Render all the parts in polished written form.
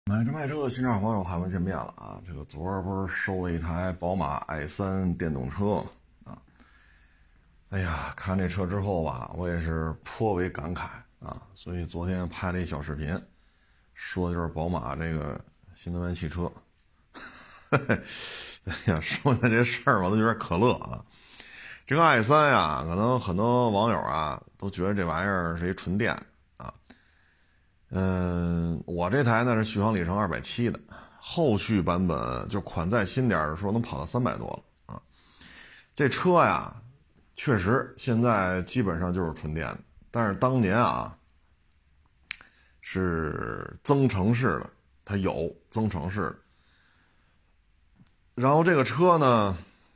买车卖车的新车朋友还没见面了啊！这个昨儿不是收了一台宝马 i3 电动车啊？哎呀，看这车之后吧，我也是颇为感慨啊！所以昨天拍了一小视频，说的就是宝马这个新能源汽车。哎呀，说的这事儿我都有点可乐啊！这个 i3 呀，可能很多网友啊都觉得这玩意儿是一纯电啊。我这台呢是续航里程270的，后续版本就款再新点的说能跑到300多了啊。这车呀，确实现在基本上就是纯电的，但是当年啊是增程式的，它有增程式的。然后这个车呢，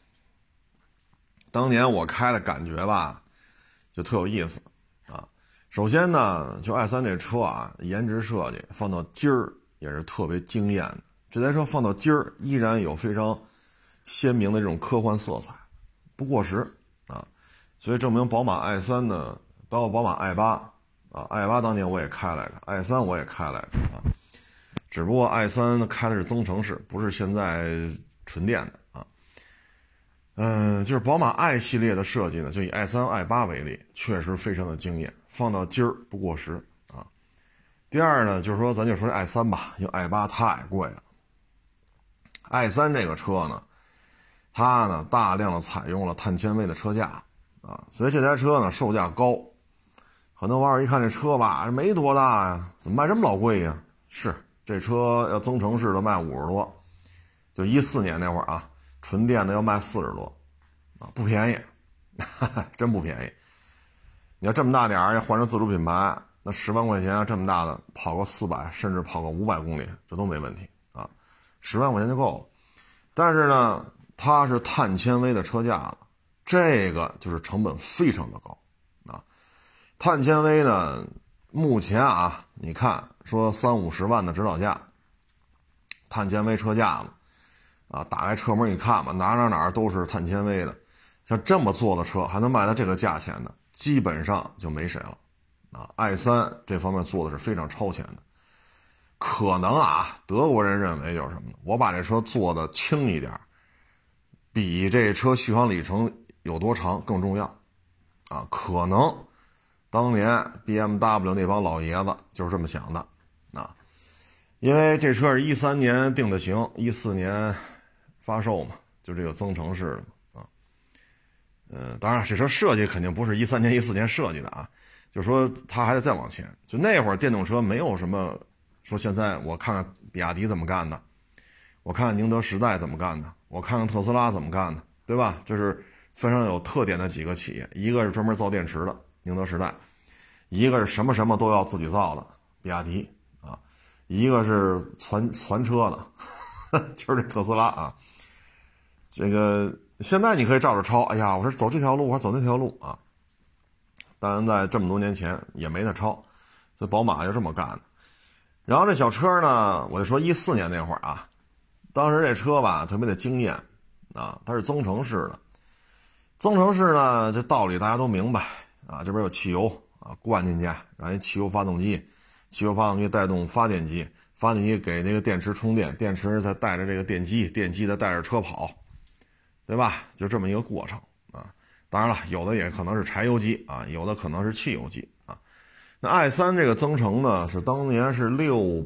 当年我开的感觉吧，就特有意思啊。首先呢，就 i3 这车啊，颜值设计放到今儿也是特别惊艳的。这台车放到今儿依然有非常鲜明的这种科幻色彩，不过时啊。所以证明宝马 i3 呢，包括宝马 i8 啊 ，i8 当年我也开来着 ，i3 我也开来着啊。只不过 i3 开的是增程式，不是现在纯电的啊。就是宝马 i 系列的设计呢，就以 i3、i8 为例，确实非常的惊艳，放到今儿不过时啊。第二呢，就是说咱就说这 i3 吧，因为 i8 太贵了。i3 这个车呢，它呢大量的采用了碳纤维的车架啊，所以这台车呢售价高。很多网友一看这车吧，没多大呀，怎么卖这么老贵呀？是，这车要增程式的卖50多，就14年那会儿啊，纯电的要卖40多啊，不便宜，真不便宜。你要这么大点儿，要换成自主品牌，那10万块钱这么大的，跑个400甚至跑个500公里，这都没问题啊，10万块钱就够了。但是呢，它是碳纤维的车架了，这个就是成本非常的高啊。碳纤维呢，目前啊，你看说30-50万的指导价，碳纤维车架嘛，啊，打开车门一看吧，哪都是碳纤维的。像这么做的车还能卖到这个价钱的，基本上就没谁了啊。i3 这方面做的是非常超前的，可能啊，德国人认为就是什么呢？我把这车做的轻一点，比这车续航里程有多长更重要啊。可能当年 BMW 那帮老爷子就是这么想的啊，因为这车是13年定的型，14年发售嘛，就这个增程式的嘛。当然这车设计肯定不是13年14年设计的啊，就是说它还得再往前。就那会儿电动车没有什么说现在我看看比亚迪怎么干的，我看看宁德时代怎么干的，我看看特斯拉怎么干的，对吧？这是非常有特点的几个企业，一个是专门造电池的宁德时代，一个是什么什么都要自己造的比亚迪啊，一个是传车的就是这特斯拉啊。这个现在你可以照着抄，哎呀，我是走这条路，我是走那条路啊。当然在这么多年前也没得抄，所以宝马就这么干的。然后这小车呢，我就说14年那会儿啊，当时这车吧特别的惊艳啊，它是增程式的。增程式呢，这道理大家都明白啊，这边有汽油啊灌进去，然后一汽油发动机，汽油发动机带动发电机，发电机给那个电池充电，电池再带着这个电机，电机再带着车跑，对吧？就这么一个过程啊。当然了，有的也可能是柴油机啊，有的可能是汽油机啊。那 i3 这个增程呢，是当年是600，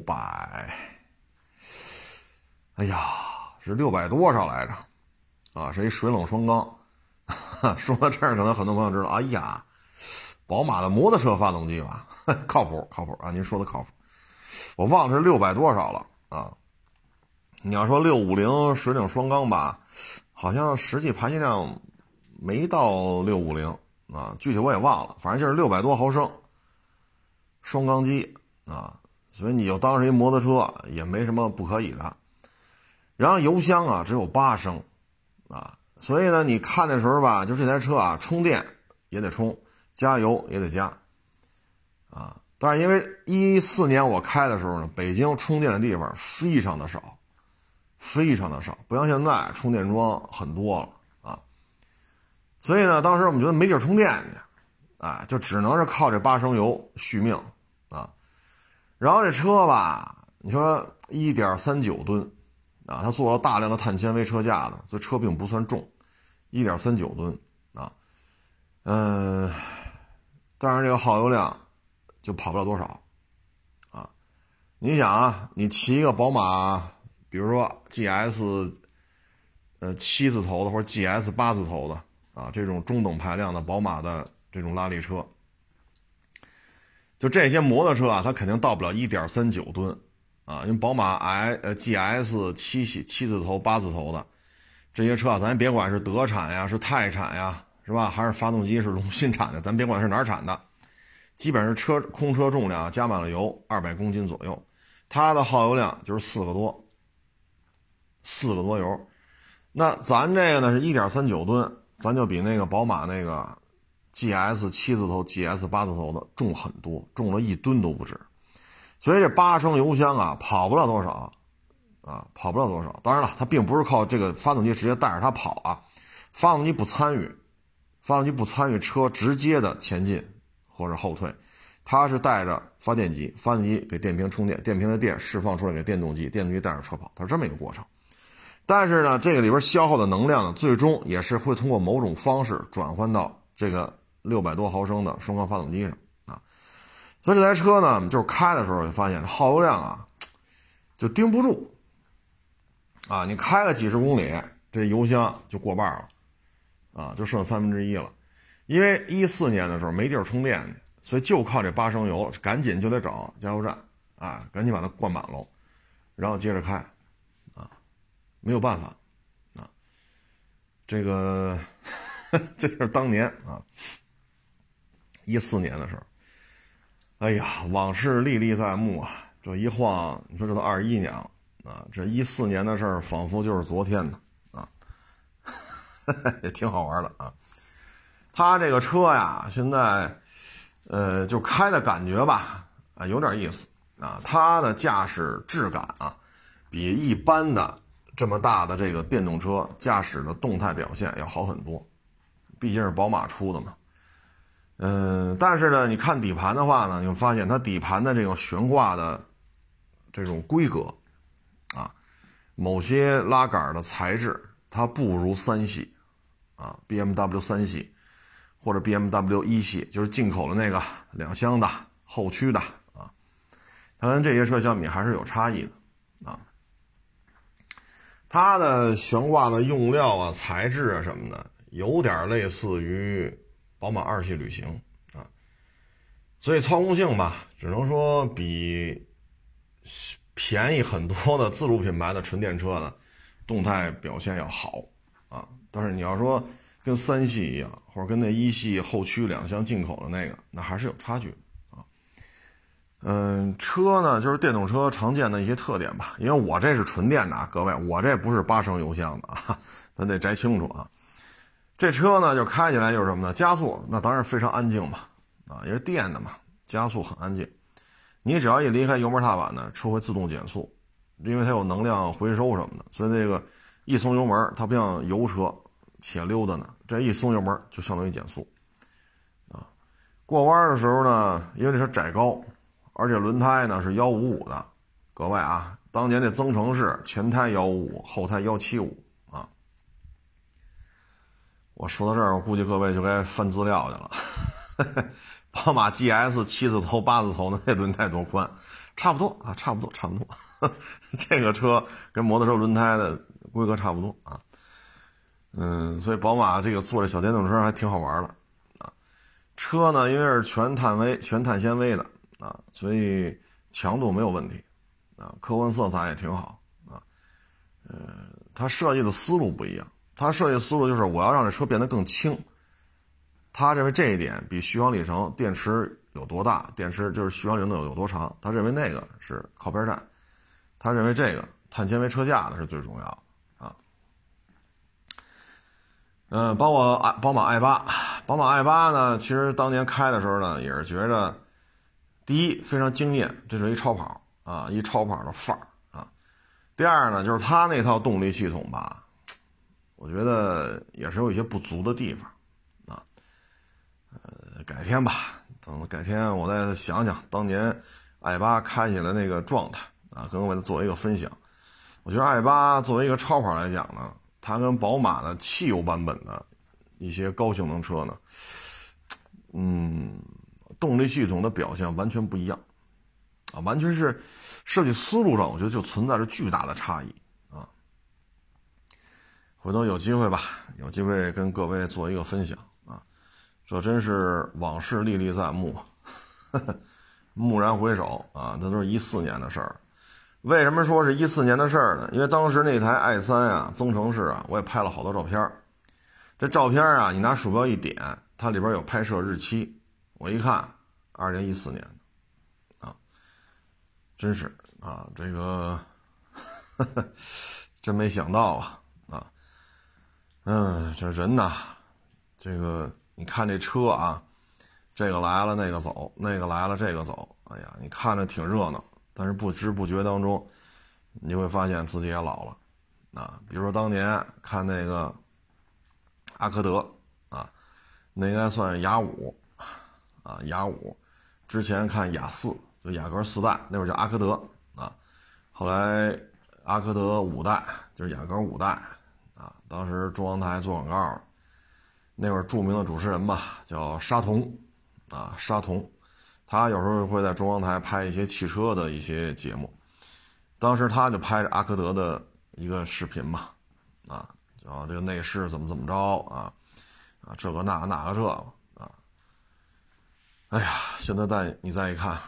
哎呀，是600多少来着？啊，是一水冷双缸。说到这儿，可能很多朋友知道，哎呀，宝马的摩托车发动机吧，靠谱啊！您说的靠谱，我忘了是600多少了啊。你要说650水冷双缸吧，好像实际排气量没到650啊，具体我也忘了，反正就是600多毫升双缸机啊，所以你就当时一摩托车也没什么不可以的。然后油箱啊只有8升啊，所以呢你看的时候吧，就这台车啊充电也得充，加油也得加啊。但是因为14年我开的时候呢，北京充电的地方非常的少，非常的少，不像现在充电桩很多了啊。所以呢，当时我们觉得没地儿充电去，啊，就只能是靠这8升油续命啊。然后这车吧， 你说1.39吨啊，它做了大量的碳纤维车架的，所以车并不算重，1.39吨啊，但是这个耗油量就跑不了多少啊。你想啊，你骑一个宝马，比如说 GS 7字头的或者 GS 8字头的啊，这种中等排量的宝马的这种拉力车，就这些摩托车啊，它肯定到不了1.39吨啊，因为宝马GS 7字头8字头的这些车啊，咱别管是德产呀，是泰产呀，是吧？还是发动机是龙芯产的，咱别管是哪儿产的，基本是空车重量加满了油200公斤左右，它的耗油量就是4个多油。那咱这个呢是1.39吨，咱就比那个宝马那个 GS 7字头 GS 8字头的重很多，重了1吨都不止。所以这8升油箱啊跑不了多少啊，跑不了多少。当然了，它并不是靠这个发动机直接带着它跑啊，发动机不参与车直接的前进或者后退，它是带着发电机给电瓶充电，电瓶的电释放出来给电动机，电动机带着车跑，它是这么一个过程。但是呢，这个里边消耗的能量呢，最终也是会通过某种方式转换到这个600多毫升的双缸发动机上啊。所以这台车呢，就是开的时候就发现耗油量啊就盯不住啊，你开个几十公里，这油箱就过半了啊，就剩1/3了。因为14年的时候没地儿充电去，所以就靠这8升油，赶紧就得找加油站啊，赶紧把它灌满喽，然后接着开啊，没有办法啊，这个这是当年啊14年的时候，哎呀，往事历历在目啊，这一晃你说这都21年了啊，这14年的事儿仿佛就是昨天的啊，也挺好玩的啊。他这个车呀，现在就开的感觉吧啊，有点意思啊。它的驾驶质感啊，比一般的这么大的这个电动车驾驶的动态表现要好很多，毕竟是宝马出的嘛。但是呢，你看底盘的话呢，你会发现它底盘的这种悬挂的这种规格啊，某些拉杆的材质它不如3系啊 ，BMW 3系。或者 BMW 1系，就是进口的那个2厢的后驱的啊，它跟这些车相比还是有差异的啊。它的悬挂的用料啊、材质啊什么的，有点类似于宝马2系旅行啊，所以操控性吧，只能说比便宜很多的自主品牌的纯电车呢，动态表现要好啊。但是你要说跟3系一样，或者跟那1系后驱2厢进口的那个，那还是有差距啊。车呢就是电动车常见的一些特点吧，因为我这是纯电的啊，各位，我这不是8升油箱的啊，咱得摘清楚啊。这车呢就开起来就是什么呢？加速那当然非常安静嘛，啊，也是电的嘛，加速很安静。你只要一离开油门踏板呢，车会自动减速，因为它有能量回收什么的，所以这个一松油门，它不像油车且溜达呢，这一松油门就相当于减速啊。过弯的时候呢，因为这车窄高，而且轮胎呢是155的，各位啊，当年这增程式前胎155，后胎175啊。我说到这儿，我估计各位就该翻资料去了。宝马 GS 7字头8字头的那轮胎多宽，差不多啊，差不多。这个车跟摩托车轮胎的规格差不多啊。所以宝马这个做这小电动车还挺好玩的啊。车呢，因为是全碳纤维的啊，所以强度没有问题啊，科幻色彩也挺好啊。它设计的思路不一样，它设计思路就是我要让这车变得更轻。他认为这一点比续航里程、电池有多大，电池就是续航里程有多长，他认为那个是靠边站，他认为这个碳纤维车架呢是最重要的。包括宝马 i8 呢，其实当年开的时候呢，也是觉着，第一非常惊艳，这是一超跑啊，一超跑的范儿啊。第二呢，就是它那套动力系统吧，我觉得也是有一些不足的地方啊。改天吧，等改天我再想想当年 i8 开起来那个状态啊，跟各位做一个分享。我觉得 i8 作为一个超跑来讲呢，它跟宝马的汽油版本的一些高性能车呢，动力系统的表现完全不一样啊，完全是设计思路上我觉得就存在着巨大的差异啊。回头有机会吧，有机会跟各位做一个分享啊。这真是往事历历在目，蓦然回首啊，这都是14年的事儿。为什么说是14年的事儿呢？因为当时那台 i3 啊，增程式啊，我也拍了好多照片。这照片啊，你拿鼠标一点，它里边有拍摄日期，我一看2014年啊，真是啊，这个真没想到啊，这人呐，这个你看这车啊，这个来了那个走，那个来了这个走，哎呀，你看着挺热闹，但是不知不觉当中，你会发现自己也老了啊。比如说当年看那个阿科德啊，那应该算雅5啊，雅5之前看雅4，就雅阁4代，那会儿叫阿科德啊，后来阿科德5代就是雅阁5代啊。当时中央台做广告，那会儿著名的主持人吧，叫沙童啊，沙童，他有时候会在中央台拍一些汽车的一些节目，当时他就拍着阿科德的一个视频嘛，啊，然后这个内饰怎么着啊，这个那个这个啊，哎呀，现在你再一看，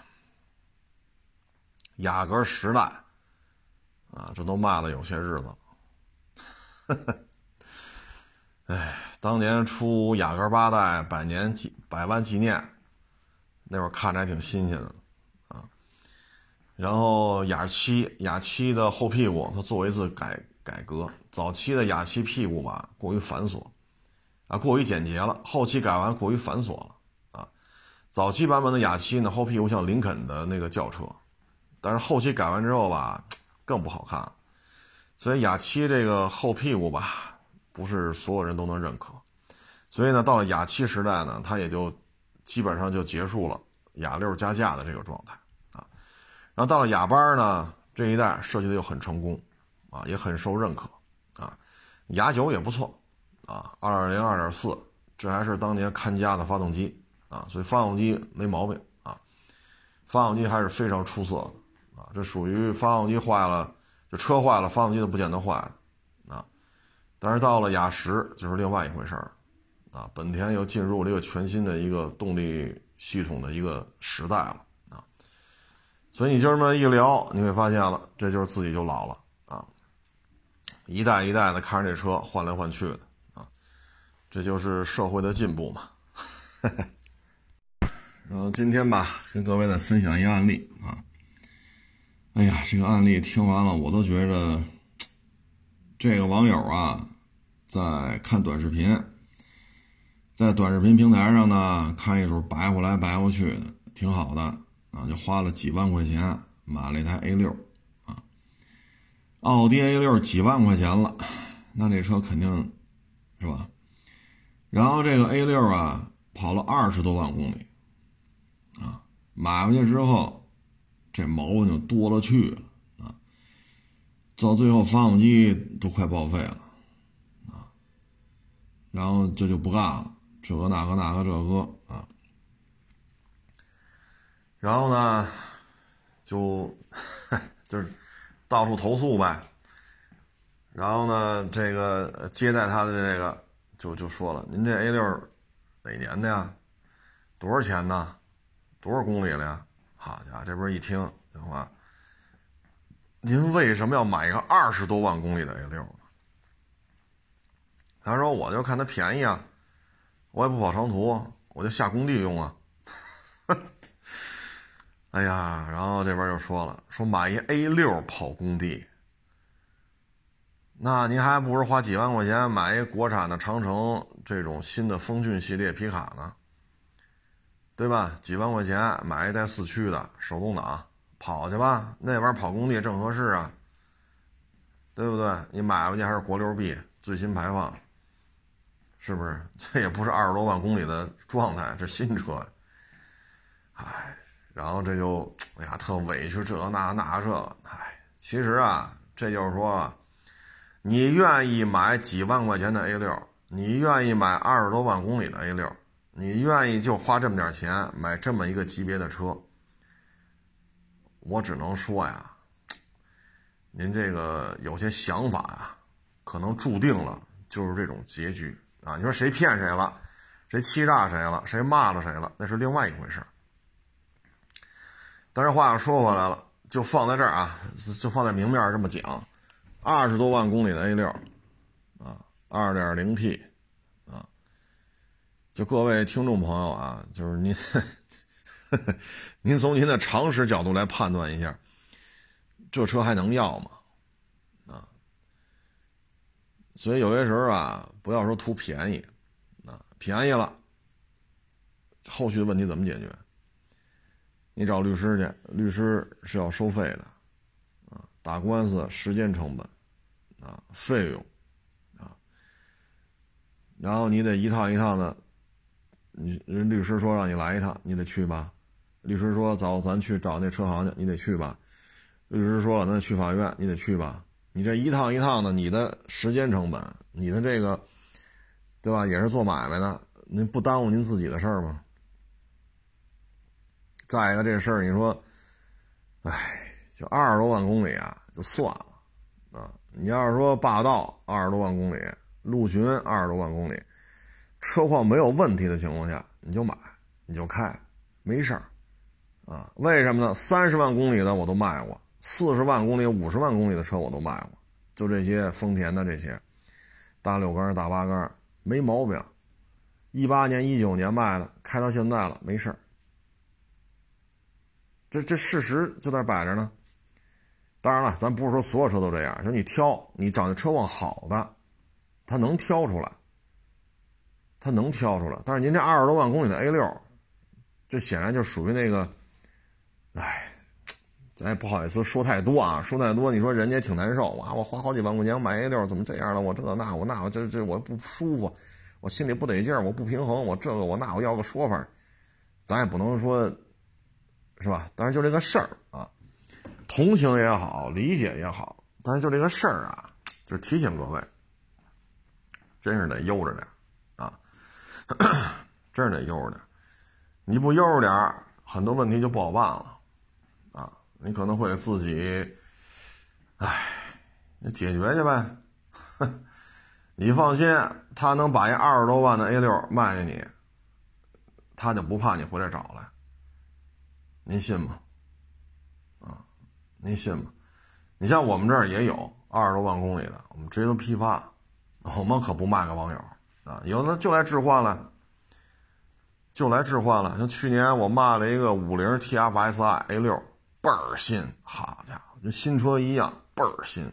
雅阁10代啊，这都卖了有些日子了。哎，当年出雅阁8代百万纪念，那会儿看着还挺新鲜的啊。然后雅7的后屁股它做一次改革，早期的雅7屁股吧过于繁琐啊，过于简洁了，后期改完过于繁琐了啊。早期版本的雅7呢，后屁股像林肯的那个轿车，但是后期改完之后吧更不好看，所以雅7这个后屁股吧不是所有人都能认可，所以呢到了雅7时代呢，它也就基本上就结束了雅6加价的这个状态啊。然后到了雅8呢，这一代设计的又很成功啊，也很受认可啊。雅9也不错啊，2.0 2.4，这还是当年看家的发动机啊，所以发动机没毛病啊，发动机还是非常出色的啊，这属于发动机坏了，就车坏了，发动机都不见得坏啊。但是到了雅10就是另外一回事儿啊，本田又进入了一个全新的一个动力系统的一个时代了啊。所以你就这么一聊，你会发现了，这就是自己就老了啊，一代一代的看着这车换来换去的啊，这就是社会的进步嘛。然后今天吧，跟各位再分享一个案例啊。哎呀，这个案例听完了，我都觉着这个网友啊，在看短视频，在短视频平台上呢，看一手白活来白活去的，挺好的啊，就花了几万块钱买了一台 A6 啊，奥迪 A6 几万块钱了，那这车肯定是吧？然后这个 A6 啊，跑了20多万公里啊，买回去之后，这毛病就多了去了啊，到最后发动机都快报废了啊，然后这就不干了，这个那个这个啊，然后呢，就是到处投诉呗。然后呢，这个接待他的这个就说了，您这 A6 哪年的呀？多少钱呢？多少公里了呀？好家伙，这边一听这话，您为什么要买一个20多万公里的 A6 呢？他说我就看它便宜啊，我也不跑长途，我就下工地用啊。哎呀，然后这边又说了，说买一 A6 跑工地，那您还不如花几万块钱买一国产的长城这种新的风骏系列皮卡呢，对吧？几万块钱买一带4驱的手动挡跑去吧，那玩意儿跑工地正合适啊，对不对？你买回去还是国6B 最新排放，是不是？这也不是20多万公里的状态，这新车。哎， 然后这就哎呀特委屈，这个那这个，其实啊，这就是说，你愿意买几万块钱的 A6，你愿意买20多万公里的 A6，你愿意就花这么点钱买这么一个级别的车，我只能说呀，您这个有些想法呀，可能注定了就是这种结局啊！你说谁骗谁了，谁欺诈谁了，谁骂了谁了，那是另外一回事。但是话又说回来了，就放在这儿啊，就放在明面这么讲，20多万公里的 A6 啊 2.0T 啊，就各位听众朋友啊，就是您您从您的常识角度来判断一下，这车还能要吗？啊，所以有些时候啊，不要说图便宜啊，便宜了，后续的问题怎么解决？你找律师去，律师是要收费的啊，打官司时间成本啊，费用啊，然后你得一趟一趟的，人律师说让你来一趟，你得去吧？律师说走，咱去找那车行去，你得去吧？律师说了，那去法院，你得去吧？你这一趟一趟的，你的时间成本，你的这个，对吧？也是做买卖的，您不耽误您自己的事儿吗？再一个，这事儿你说，就20多万公里啊，就算了啊。你要是说霸道20多万公里，陆巡20多万公里，车况没有问题的情况下，你就买，你就开，没事儿啊。为什么呢？30万公里的我都卖过，40万公里、50万公里的车我都卖过，就这些丰田的这些大6缸、大8缸，没毛病。18年、19年卖的，开到现在了，没事儿。这事实就在摆着呢。当然了，咱不是说所有车都这样，说你挑，你找那车况好的，它能挑出来，它能挑出来。但是您这20多万公里的 A6，这显然就属于那个，咱也不好意思说太多啊，说太多，你说人家挺难受啊，我花好几万块钱买 A6，怎么这样了？我这那我那我这我不舒服，我心里不得劲儿，我不平衡，我这个我那我要个说法，咱也不能说。是吧？但是就这个事儿啊，同情也好，理解也好，但是就这个事儿啊，就是提醒各位，真是得悠着点啊，真是得悠着点。你不悠着点，很多问题就不好办了啊。你可能会自己，你解决去呗。你放心，他能把一20多万的 A6 卖给你，他就不怕你回来找来。您信吗？啊，您信吗？你像我们这儿也有20多万公里的，我们直接都批发，我们可不卖给网友啊。有的就来置换了，像去年我卖了一个50 TFSI A6，倍儿新，好家伙，跟新车一样，倍儿新。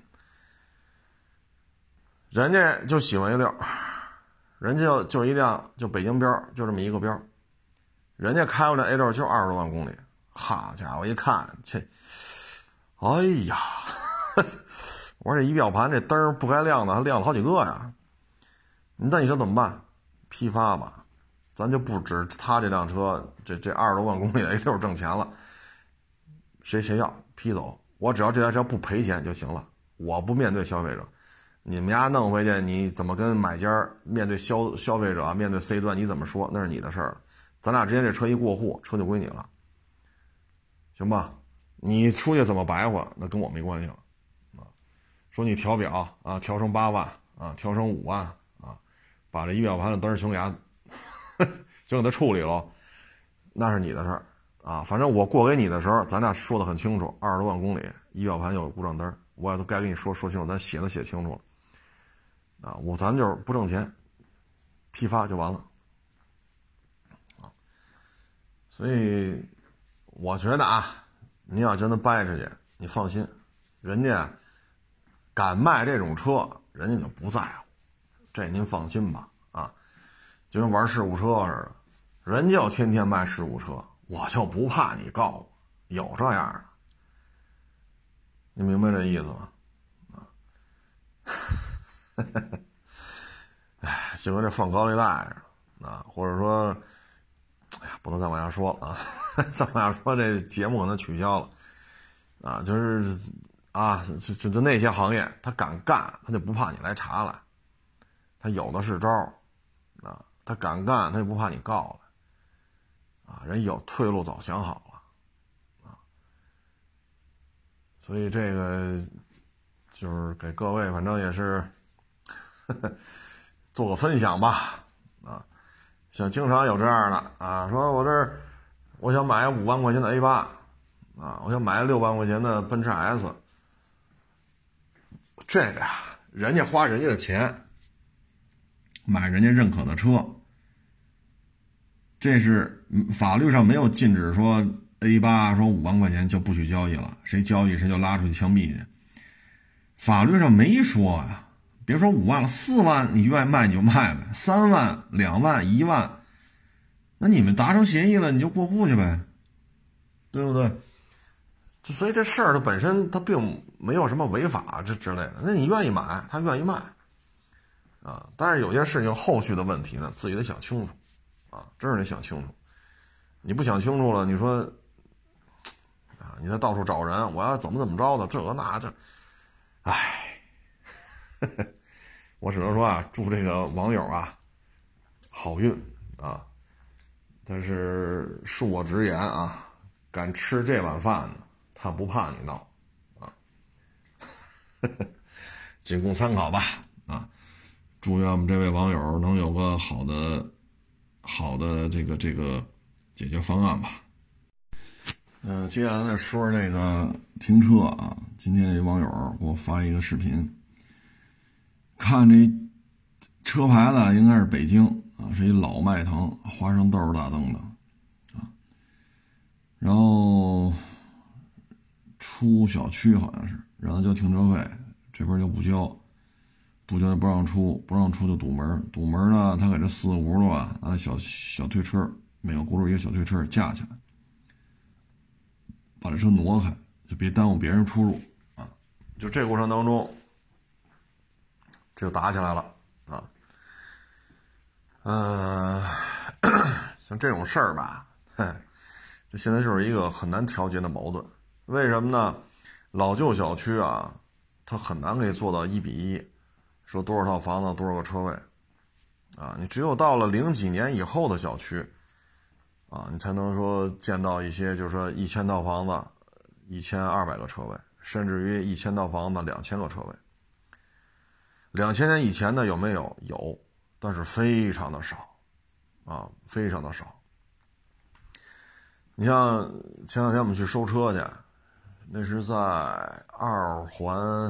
人家就喜欢A6，人家就一辆就北京标，就这么一个标，人家开过来 A6 就20多万公里。好家伙，一看这，哎呀，我说这仪表盘这灯不该亮的，还亮了好几个呀。那你说怎么办？批发吧，咱就不止他这辆车，这20多万公里的 A6 挣钱了，谁要批走，我只要这台车不赔钱就行了，我不面对消费者。你们家弄回去，你怎么跟买家面对消费者，面对 C 端你怎么说，那是你的事儿，咱俩之间这车一过户，车就归你了。行吧，你出去怎么白活，那跟我没关系了啊。说你调表啊，调成8万啊，调成5万啊，把这仪表盘的灯全给它处理了，那是你的事儿啊。反正我过给你的时候，咱俩说的很清楚，20多万公里，仪表盘有故障灯，我也都该跟你说清楚，咱写都写清楚了啊。咱就是不挣钱，批发就完了啊。所以。我觉得啊，你要真的掰出去，你放心，人家敢卖这种车，人家就不在乎，这您放心吧啊，就跟玩事故车似的，人家要天天卖事故车，我就不怕你告我，有这样的，你明白这意思吗？啊，就跟这放高利贷似的啊，或者说，哎呀， 不能再往下说了啊，再往下说这节目可能取消了啊，就是啊，就那些行业他敢干，他就不怕你来查来，他有的是招啊，他敢干，他就不怕你告了啊，人有退路早想好了啊，所以这个就是给各位反正也是做个分享吧啊，像经常有这样的啊，说我想买5万块钱的 A8 啊，我想买6万块钱的奔驰 S， 这个呀，人家花人家的钱买人家认可的车，这是法律上没有禁止说 A8 说5万块钱就不许交易了，谁交易谁就拉出去枪毙去，法律上没说呀。别说5万了，4万你愿意卖你就卖呗，3万、2万、1万，那你们达成协议了你就过户去呗，对不对？所以这事儿它本身它并没有什么违法之类的，那你愿意买他愿意卖啊，但是有些事情后续的问题呢自己得想清楚啊，真是得想清楚，你不想清楚了，你说啊，你再到处找人，我要怎么着的，这个那这，唉，我只能说啊，祝这个网友啊好运啊，但是恕我直言啊，敢吃这碗饭呢，他不怕你闹啊，仅供参考吧啊，祝愿我们这位网友能有个好的这个解决方案吧。接下来再说那个停车啊，今天有网友给我发一个视频，看这车牌子应该是北京啊，是一老迈腾花生豆大灯的啊，然后出小区好像是让他交停车费，这边就不交就不让出就堵门呢，他给这4个轱辘啊拿小推车，每个轱辘一个小推车架起来，把这车挪开，就别耽误别人出入啊！就这过程当中，这就打起来了啊！像这种事儿吧，这现在就是一个很难调节的矛盾。为什么呢？老旧小区啊，它很难可以做到1比1，说多少套房子多少个车位啊！你只有到了0几年以后的小区啊，你才能说见到一些，就是说1000套房子1200个车位，甚至于1000套房子2000个车位。2000年以前的有没有？有，但是非常的少啊，非常的少。你像前两天我们去收车去，那是在二环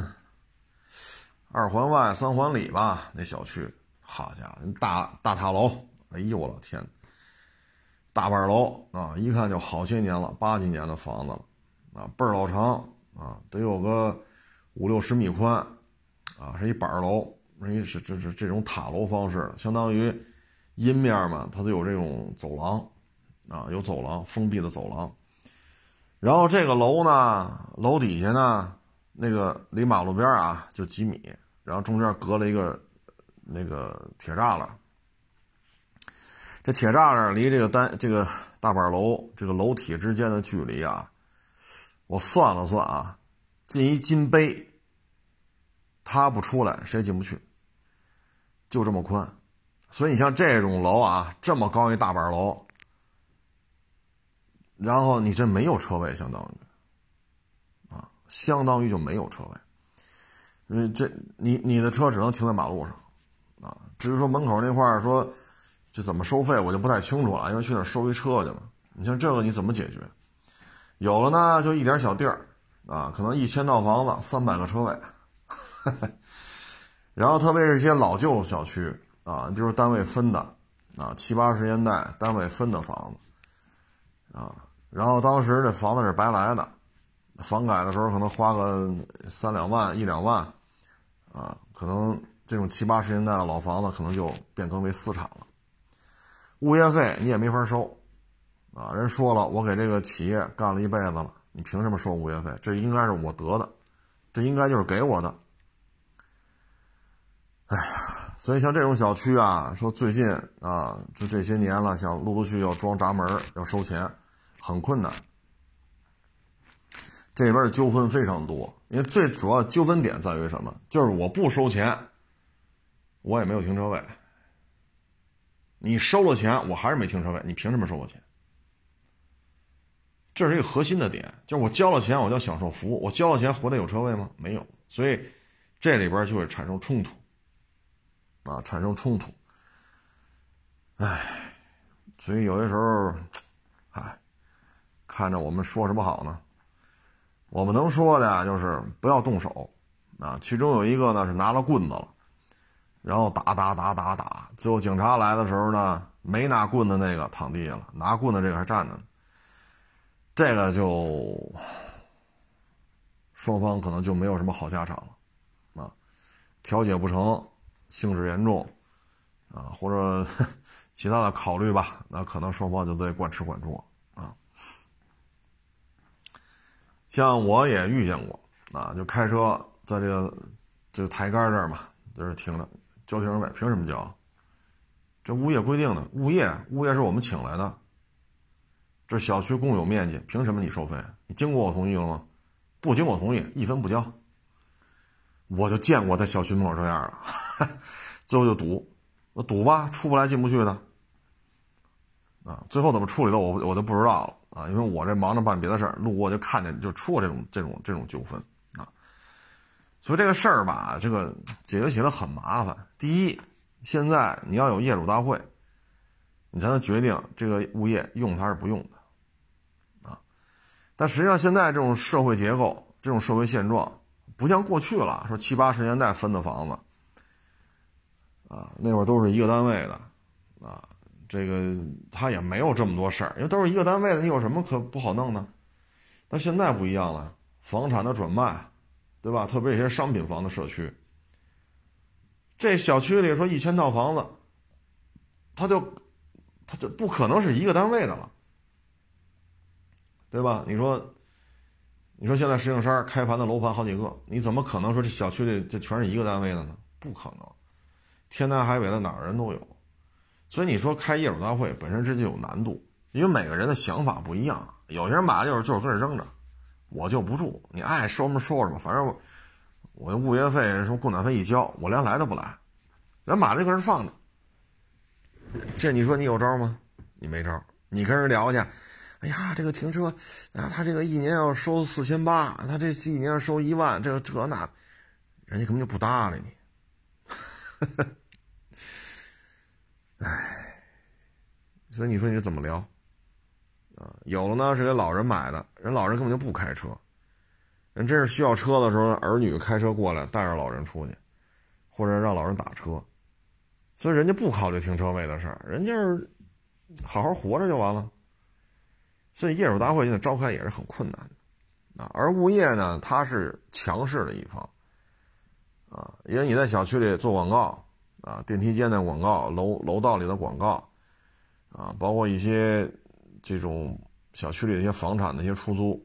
外3环里吧，那小区，好家伙，大塔楼，哎呦我的天，大板楼啊，一看就好些年了，80几年的房子了啊，倍儿老长啊，得有个50-60米宽啊，是一板楼，是这种塔楼方式，相当于阴面嘛，它都有这种走廊啊，有走廊，封闭的走廊。然后这个楼呢，楼底下呢，那个离马路边啊就几米，然后中间隔了一个那个铁栅栏。这铁栅栏离这个大板楼这个楼体之间的距离啊，我算了算啊，进一金杯，他不出来谁进不去，就这么宽。所以你像这种楼啊，这么高一大板楼，然后你这没有车位，相当于就没有车位。这你的车只能停在马路上啊。至于说门口那块儿说这怎么收费，我就不太清楚了，因为去那儿收一车去了。你像这个你怎么解决？有了呢，就一点小地儿啊，可能1000套房子300个车位。然后特别是一些老旧小区啊，就是单位分的啊，70、80年代单位分的房子啊，然后当时这房子是白来的，房改的时候可能花个3-2万1-2万啊，可能这种70、80年代的老房子可能就变更为私产了。物业费你也没法收啊，人说了，我给这个企业干了一辈子了，你凭什么收物业费？这应该是我得的，这应该就是给我的。哎呀， 所以像这种小区啊，说最近啊，就这些年了，想陆续要装闸门，要收钱，很困难。这里边的纠纷非常多，因为最主要纠纷点在于什么？就是我不收钱，我也没有停车位。你收了钱，我还是没停车位，你凭什么收我钱？这是一个核心的点，就是我交了钱，我就要享受服务，我交了钱回来有车位吗？没有，所以这里边就会产生冲突，产生冲突。所以有的时候，看着我们说什么好呢？我们能说的呀，就是不要动手其中有一个呢是拿了棍子了，然后打，最后警察来的时候呢，没拿棍子那个躺地下了，拿棍子这个还站着呢。这个就双方可能就没有什么好下场了调解不成，性质严重或者其他的考虑吧，那可能双方就得管吃管住像我也遇见过就开车在这个台杆这儿嘛，就是停着交停车位，凭什么交？这物业规定的，物业是我们请来的，这小区共有面积，凭什么你收费？你经过我同意了吗？不经我同意，一分不交。我就见过在小区门口这样了，最后就赌吧，出不来进不去的最后怎么处理的我就不知道了因为我这忙着办别的事儿，路过就看见就出过这种纠纷所以这个事儿吧，这个解决起来很麻烦。第一，现在你要有业主大会，你才能决定这个物业用它还是不用的但实际上现在这种社会结构，这种社会现状不像过去了，说70、80年代分的房子那会儿都是一个单位的这个他也没有这么多事儿，因为都是一个单位的，你有什么可不好弄的？但现在不一样了，房产的转卖，对吧？特别一些商品房的社区，这小区里说1000套房子，他就不可能是一个单位的了，对吧？你说现在石景山开盘的楼盘好几个，你怎么可能说这小区里这全是一个单位的呢？不可能，天南海北的哪儿人都有。所以你说开业主大会本身这就有难度，因为每个人的想法不一样，有些人买了就是跟这扔着，我就不住，你爱收什么收什么，反正我的物业费什么供暖费一交，我连来都不来，人买了就搁这放着。这你说你有招吗？你没招。你跟人聊去，哎呀，这个停车他这个一年要收4800，他这一年要收1万，这那，人家根本就不搭理你。所以你说你怎么聊有了呢是给老人买的，人老人根本就不开车，人真是需要车的时候，儿女开车过来带着老人出去，或者让老人打车，所以人家不考虑停车位的事儿，人家是好好活着就完了。所以业主大会现在召开也是很困难的而物业呢，它是强势的一方因为你在小区里做广告电梯间的广告，楼道里的广告包括一些这种小区里的一些房产的一些出租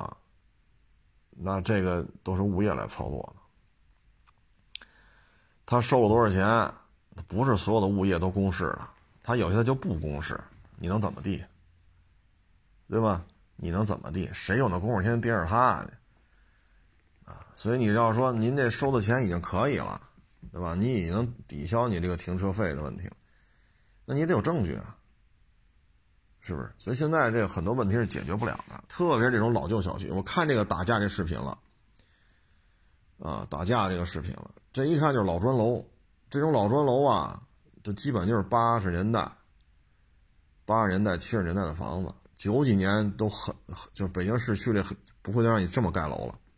那这个都是物业来操作的。他收了多少钱，不是所有的物业都公示的，他有些他就不公示，你能怎么地？对吧？你能怎么地？谁有那功夫天天盯着他呢？所以你要说您这收的钱已经可以了，对吧？你已经抵消你这个停车费的问题了，那你得有证据是不是？所以现在这个很多问题是解决不了的，特别是这种老旧小区。我看这个打架这视频了打架这个视频了，这一看就是老砖楼。这种老砖楼这基本就是80年代、70年代的房子，90几年都就北京市区里不会再让你这么盖楼了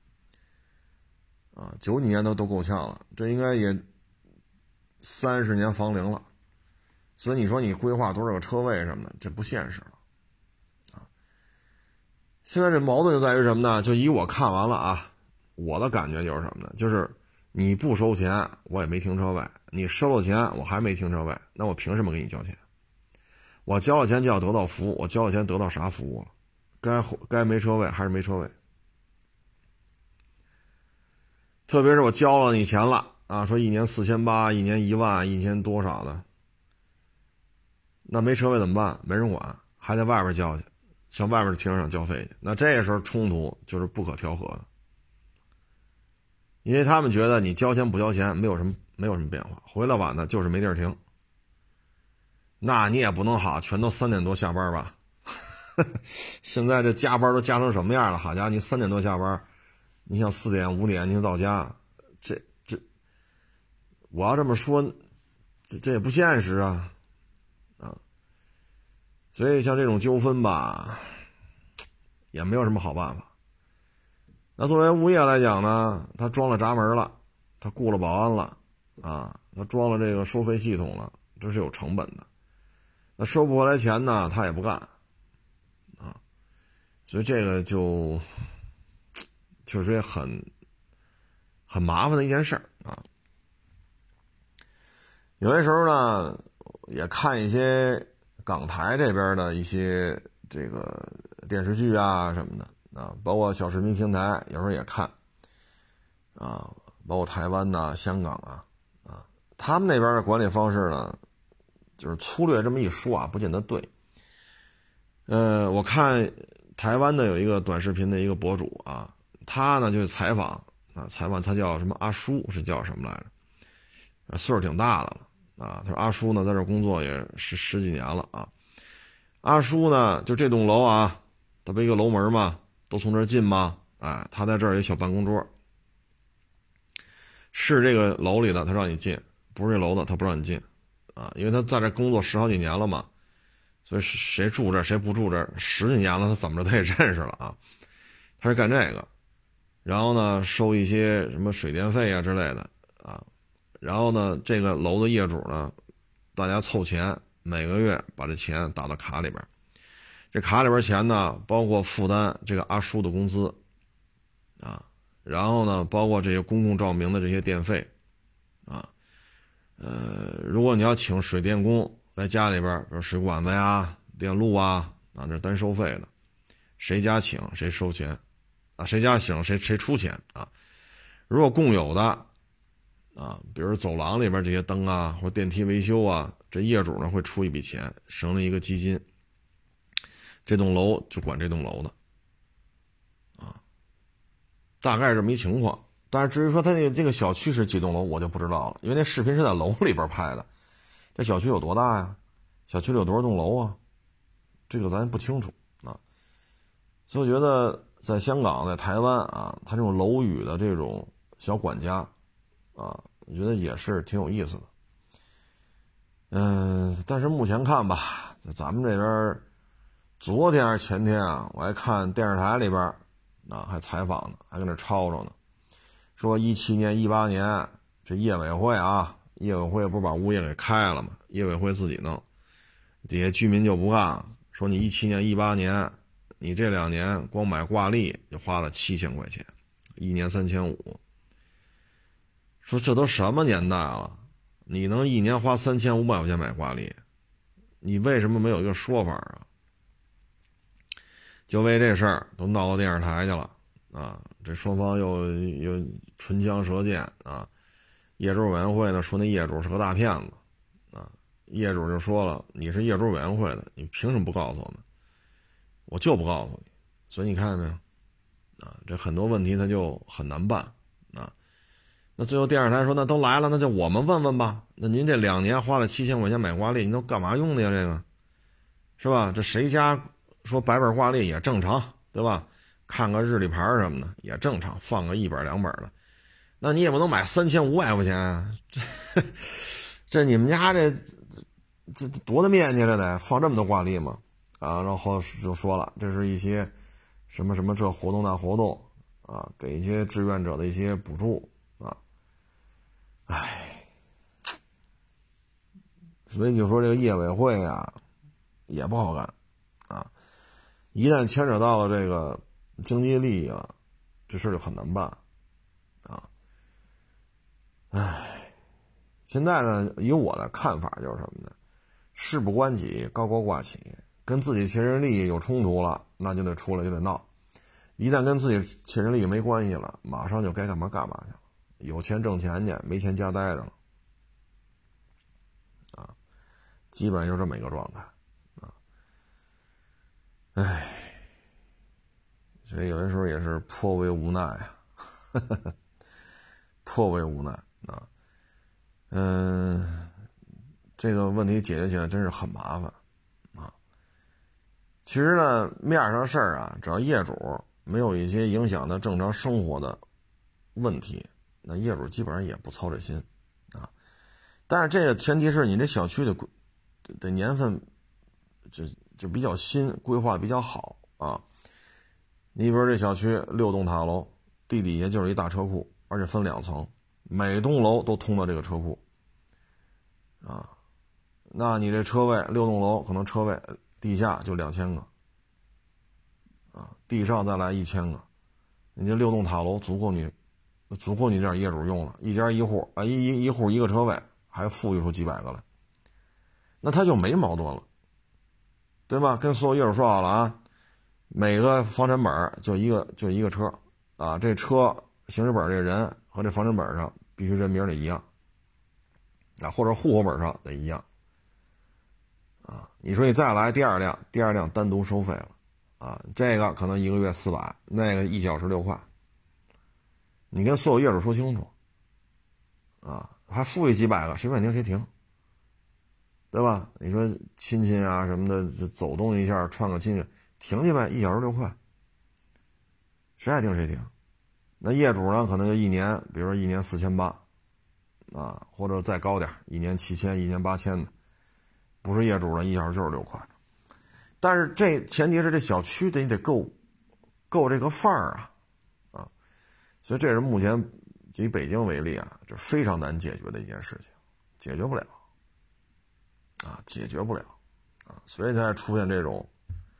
90几年都够呛了，这应该也30年房龄了。所以你说你规划多少个车位什么的，这不现实了现在这矛盾就在于什么呢？就以我看完了我的感觉就是什么呢？就是你不收钱，我也没停车位；你收了钱，我还没停车位，那我凭什么给你交钱？我交了钱就要得到服务，我交了钱得到啥服务了？该没车位还是没车位？特别是我交了你钱了啊，说一年4800，一年1万，一年多少的，那没车位怎么办？没人管，还在外边交去，向外边的停车场交费去。那这个时候冲突就是不可调和的，因为他们觉得你交钱不交钱没有什么变化，回来晚的就是没地儿停。那你也不能好全都3点多下班吧？现在这加班都加成什么样了？好家伙，你3点多下班，你想4点5点你就到家，这我要这么说，这也不现实啊。所以像这种纠纷吧，也没有什么好办法。那作为物业来讲呢，他装了闸门了，他雇了保安了啊，他装了这个收费系统了，这是有成本的。那收不回来钱呢，他也不干啊，所以这个就确实也很麻烦的一件事儿啊。有些时候呢，也看一些港台这边的一些这个电视剧啊什么的啊，包括小视频平台有时候也看啊，包括台湾呐、香港啊，他们那边的管理方式呢，就是粗略这么一说啊，不见得对。我看台湾的有一个短视频的一个博主啊，他呢就是采访他叫什么阿叔，是叫什么来着？岁数挺大的了。他说阿叔呢在这工作也是十几年了啊。阿叔呢就这栋楼啊，他不一个楼门嘛，都从这儿进吗？他在这儿有小办公桌，是这个楼里的他让你进，不是这楼的他不让你进啊，因为他在这工作10好几年了嘛，所以谁住这谁不住这10几年了，他怎么着他也认识了啊。他是干这个，然后呢收一些什么水电费啊之类的啊。然后呢，这个楼的业主呢，大家凑钱，每个月把这钱打到卡里边。这卡里边钱呢，包括负担这个阿叔的工资啊，然后呢，包括这些公共照明的这些电费啊，如果你要请水电工来家里边，比如水管子呀、电路啊，这是单收费的，谁家请谁收钱啊，谁家请谁出钱啊。如果共有的比如走廊里边这些灯啊，或电梯维修啊，这业主呢会出一笔钱，成立一个基金，这栋楼就管这栋楼的，大概是这么一情况。但是至于说他这个小区是几栋楼，我就不知道了，因为那视频是在楼里边拍的。这小区有多大呀？小区里有多少栋楼啊？这个咱不清楚啊。所以我觉得在香港、在台湾啊，他这种楼宇的这种小管家我觉得也是挺有意思的。但是目前看吧，在咱们这边，昨天还是前天啊，我还看电视台里边还采访呢，还跟那吵吵呢，说17年、18年这业委会不是把物业给开了吗？业委会自己弄，底下居民就不干了，说你17年、18年，你这2年光买挂历就花了7000块钱，一年3500。说这都什么年代了，你能一年花3500块钱买挂历，你为什么没有一个说法啊？就为这事儿都闹到电视台去了这双方又唇枪舌剑业主委员会呢说那业主是个大骗子业主就说了，你是业主委员会的，你凭什么不告诉我们？我就不告诉你。所以你看见没有这很多问题它就很难办那最后电视台说那都来了，那就我们问问吧，那您这2年花了7000块钱买挂历，您都干嘛用的呀？这个是吧？这谁家说白本挂历也正常，对吧？看个日历牌什么的也正常，放个1本2本的，那你也不能买3500块钱啊！这你们家这多大面积这得放这么多挂历吗？然后就说了，这是一些什么什么这活动那活动给一些志愿者的一些补助所以就说这个业委会也不好干一旦牵扯到了这个经济利益了，这事就很难办现在呢，以我的看法就是什么呢？事不关己，高高挂起，跟自己切身利益有冲突了，那就得出来就得闹。一旦跟自己切身利益没关系了，马上就该干嘛干嘛去有钱挣钱去，没钱家待着了啊，基本就这么一个状态啊。唉，所以有的时候也是颇为无奈啊，颇为无奈啊。这个问题解决起来真是很麻烦啊。其实呢，面上的事儿啊，只要业主没有一些影响他正常生活的问题，那业主基本上也不操这心啊。但是这个前提是你这小区的年份就比较新，规划比较好啊。你比如这小区6栋塔楼，地底下就是一大车库，而且分2层，每栋楼都通到这个车库啊。那你这车位6栋楼可能车位地下就2000个啊，地上再来1000个，你这6栋塔楼足够你这点业主用了，一家一户啊，一户一个车位，还富裕出几百个来，那他就没矛盾了，对吧？跟所有业主说好了啊，每个房产本就一个车啊，这车行驶本这人和这房产本上必须人名得一样啊，或者户口本上得一样啊。你说你再来第二辆单独收费了啊，这个可能1个月400，那个1小时6块，你跟所有业主说清楚啊，还富裕几百个，谁愿停谁停，对吧？你说亲戚啊什么的，就走动一下串个亲戚，停去呗，1小时6块，谁爱停谁停。那业主呢，可能就一年，比如说1年4800啊，或者再高点，1年7000、1年8000的，不是业主的1小时就是6块。但是这前提是这小区你得够这个范儿啊，所以这是目前以北京为例啊，就非常难解决的一件事情，解决不了啊，所以才出现这种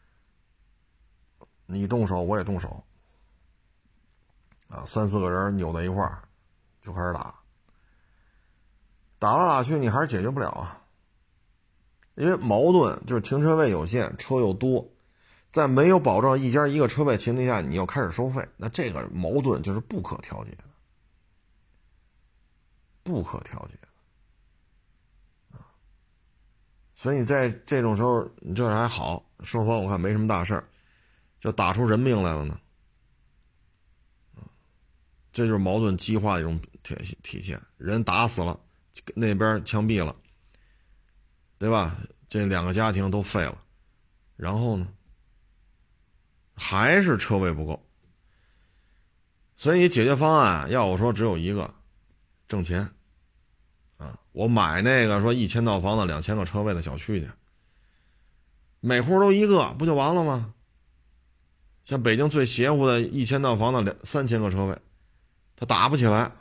你动手我也动手啊，3、4个人扭在一块儿就开始打来打去，你还是解决不了啊。因为矛盾就是停车位有限，车又多，在没有保证一家一个车位前提下，你要开始收费，那这个矛盾就是不可调节的，所以你在这种时候，你这还好，双方我看没什么大事儿，就打出人命来了呢。这就是矛盾激化的一种体现，人打死了，那边枪毙了，对吧？这2个家庭都废了，然后呢，还是车位不够。所以解决方案要我说只有一个，挣钱啊！我买那个说1000套房子2000个车位的小区去，每户都一个，不就完了吗？像北京最邪乎的1000套房子3000个车位，他打不起来，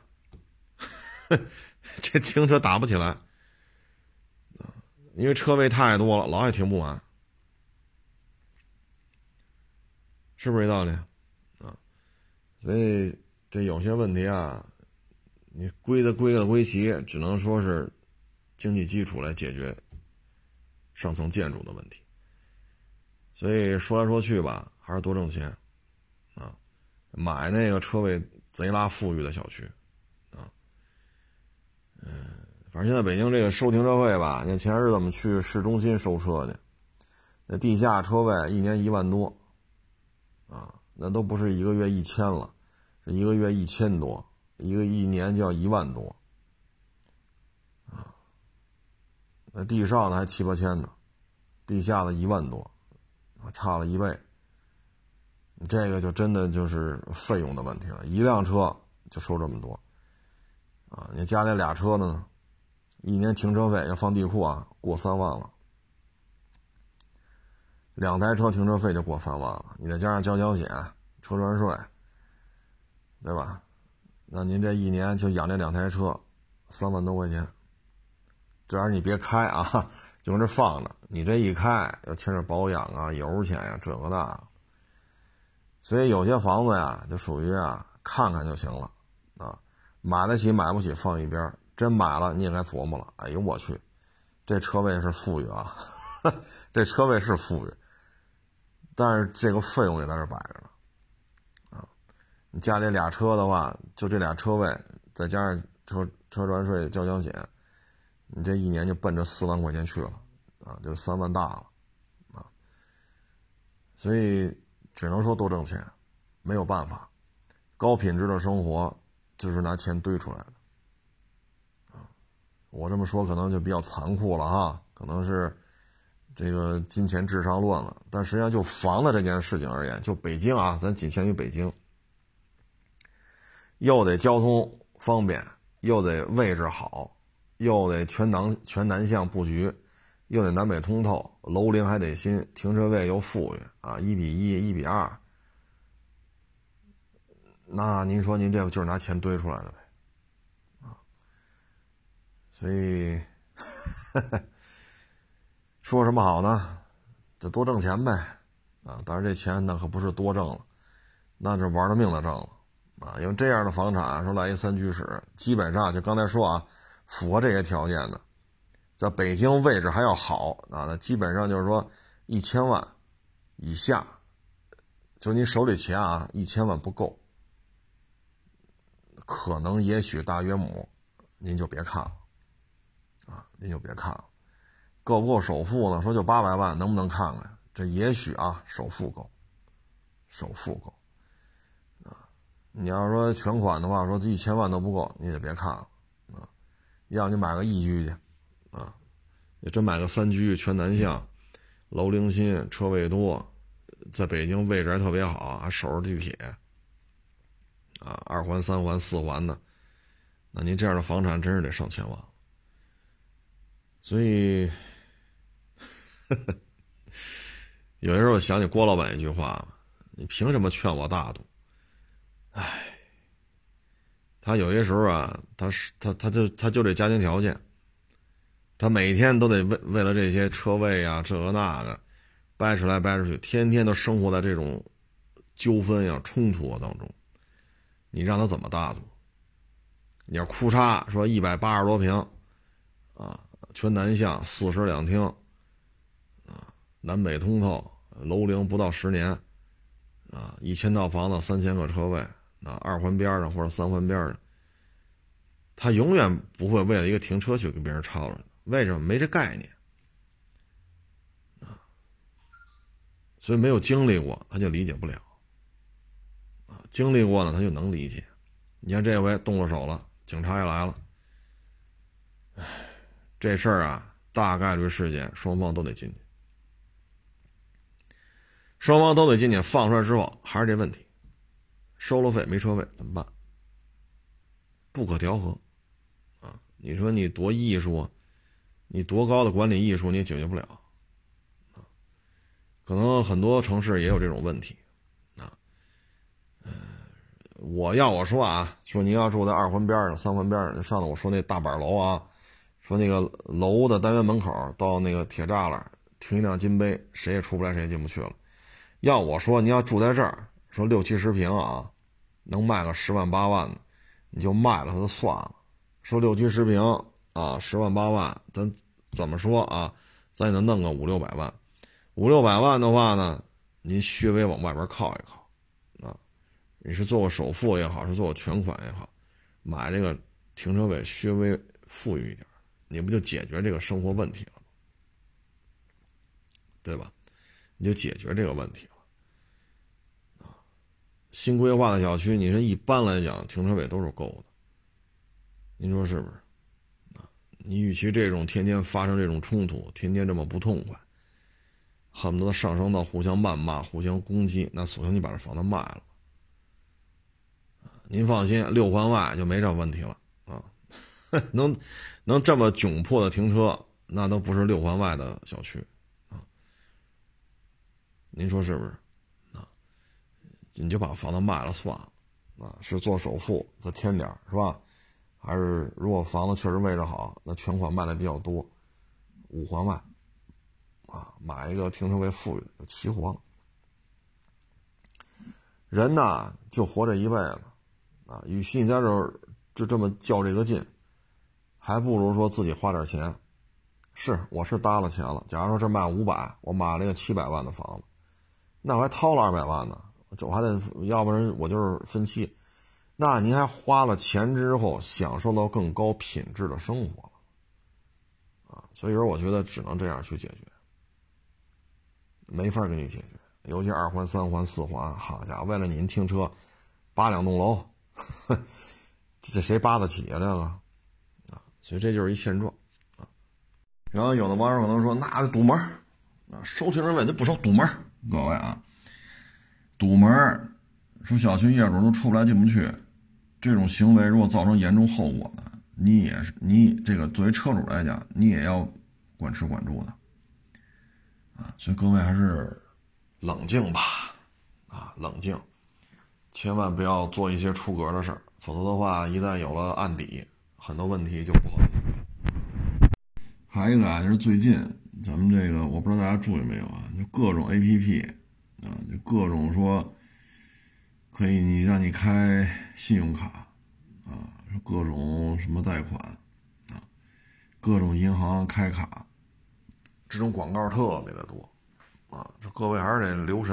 这停车打不起来，因为车位太多了，老也停不满，是不是这道理啊？所以这有些问题啊，你归齐，只能说是经济基础来解决上层建筑的问题。所以说来说去吧，还是多挣钱啊，买那个车位贼拉富裕的小区啊。反正现在北京这个收停车费吧，像前日子我们去市中心收车去，那地下车位1年1万多啊，那都不是1个月1000了，是1个月1000多，一年就要1万多啊。那地上的还7、8千呢，地下的1万多，差了1倍。这个就真的就是费用的问题了，一辆车就收这么多啊！你家里俩车呢，一年停车费要放地库啊，过3万了。2台车停车费就过3万了，你再加上交险、车船税，对吧？那您这一年就养这2台车，3万多块钱。这玩意儿你别开啊，就跟这放着，你这一开要牵扯保养啊、油钱呀、这个那。所以有些房子呀，就属于啊，看看就行了啊，买得起买不起放一边，真买了你也该琢磨了。哎呦我去，这车位是富裕啊，这车位是富裕，但是这个费用也在这摆着呢啊。你家里俩车的话，就这俩车位再加上车船税、交强险，你这一年就奔着4万块钱去了啊，就3万大了啊。所以只能说多挣钱，没有办法，高品质的生活就是拿钱堆出来的啊。我这么说可能就比较残酷了哈，可能是这个金钱至上论了，但实际上就房子这件事情而言，就北京啊，咱仅限于北京，又得交通方便，又得位置好，又得全南向布局，又得南北通透，楼龄还得新，停车位又富裕啊，1:1、1:2，那您说您这就是拿钱堆出来的呗啊？所以说什么好呢？就多挣钱呗啊！当然这钱那可不是多挣了，那是玩了命的挣了啊！因为这样的房产说来一3居室，基本上就刚才说啊，符合这些条件的，在北京位置还要好啊，那基本上就是说1000万以下，就你手里钱啊1000万不够，可能也许大约亩，您就别看了啊，您就别看了。够不够首付呢？说就800万，能不能看看？这也许啊，首付够啊。你要说全款的话，说1000万都不够，你也别看了啊。要你买个1居去啊，你真买个3居全南向，楼龄新，车位多，在北京位置还特别好，还守着地铁啊，2环、3环、4环的，那您这样的房产真是得上千万。所以有些时候想起郭老板一句话嘛，你凭什么劝我大度？唉，他有些时候啊，他就这家庭条件，他每天都得为了这些车位啊，这个那个掰扯来掰扯去，天天都生活在这种纠纷呀、冲突当中，你让他怎么大度？你要哭嚓说180多平啊，全南向，40两厅啊，南北通透，楼龄不到10年啊，1000套房子，3000个车位啊，2环边上或者3环边上，他永远不会为了一个停车去跟别人吵了，为什么？没这概念啊，所以没有经历过他就理解不了啊，经历过呢他就能理解。你看这回动了手了，警察也来了，唉，这事儿啊大概率事件双方都得进去，双方都得进去，放出来之后还是这问题，收了费没车位怎么办？不可调和啊！你说你多艺术，你多高的管理艺术你也解决不了啊！可能很多城市也有这种问题啊。我说啊，说您要住在2环边上、3环边上，就上次我说那大板楼啊，说那个楼的单元门口到那个铁栅栏停一辆金杯，谁也出不来，谁也进不去了。要我说，你要住在这儿，说60、70平啊，能卖个10万8万的，你就卖了它就算了。说60、70平啊，10万8万，咱怎么说啊？咱也能弄个5、600万。5、600万的话呢，您稍微往外边靠一靠啊。你是做个首付也好，是做个全款也好，买这个停车位稍微富裕一点，你不就解决这个生活问题了吗？对吧？你就解决这个问题了啊。新规划的小区，你说一般来讲停车位都是够的，您说是不是啊？你与其这种天天发生这种冲突，天天这么不痛快，恨不得上升到互相谩骂、互相攻击，那索性你把这房子卖了。您放心，6环外就没这问题了啊！能这么窘迫的停车，那都不是6环外的小区啊！您说是不是啊？你就把房子卖了算了啊！是做首付再添点是吧？还是如果房子确实位置好，那全款卖的比较多，5环外啊，买一个停车位富裕的就齐活了。人呢就活这一辈子。啊，与其你在这儿就这么较这个劲，还不如说自己花点钱。是，我是搭了钱了。假如说这卖500，我买了一个700万的房子，那我还掏了200万呢，这我还得，要不然我就是分期。 那您还花了钱之后享受到更高品质的生活了啊！所以说，我觉得只能这样去解决，没法给你解决。尤其2环、3环、4环，好家伙，为了您停车，8两栋楼，这谁扒得起啊？这个啊，所以这就是一现状啊。然后有的网友可能说，那堵门啊，收停车位就不收堵门，各位啊，堵门，说小区业主都出不来进不去，这种行为如果造成严重后果呢，你这个作为车主来讲，你也要管吃管住的啊。所以各位还是冷静吧，啊，冷静，千万不要做一些出格的事儿，否则的话，一旦有了案底，很多问题就不好解决。还有一个啊，就是最近咱们这个，我不知道大家注意没有啊，就各种 APP 啊，就各种说可以让你开信用卡啊，各种什么贷款啊，各种银行开卡，这种广告特别的多啊，这各位还是得留神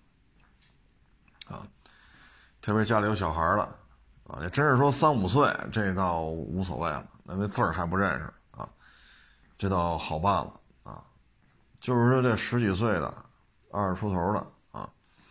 啊，特别家里有小孩了啊，也真是说3、5岁这倒无所谓了，那字儿还不认识啊，这倒好办了啊，就是说这10几岁的20出头的啊，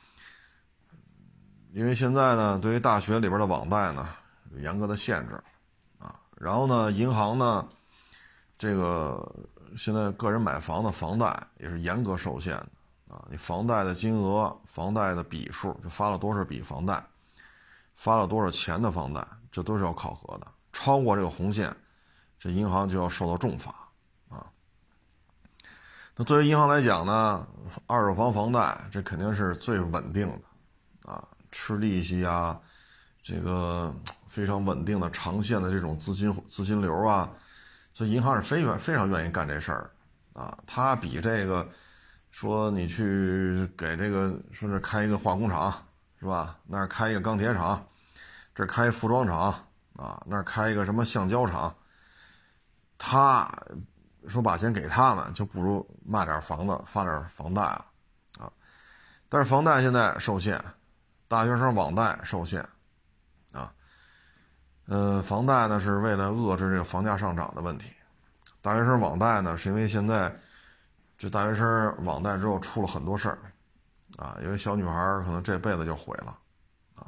因为现在呢，对于大学里边的网贷呢有严格的限制啊，然后呢，银行呢，这个现在个人买房的房贷也是严格受限的啊，你房贷的金额、房贷的笔数，就发了多少笔房贷，发了多少钱的房贷，这都是要考核的，超过这个红线，这银行就要受到重罚啊。那对于银行来讲呢，二手房房贷这肯定是最稳定的啊，吃利息啊，这个非常稳定的长线的这种资金流啊，所以银行是非常愿意干这事儿啊。它比这个说你去给这个说是开一个化工厂是吧？那儿开一个钢铁厂，这儿开服装厂啊，那儿开一个什么橡胶厂，他说把钱给他们，就不如卖点房子发点房贷了啊。但是房贷现在受限，大学生网贷受限啊。房贷呢是为了遏制这个房价上涨的问题，大学生网贷呢是因为现在这大学生网贷之后出了很多事儿啊，有些小女孩可能这辈子就毁了啊。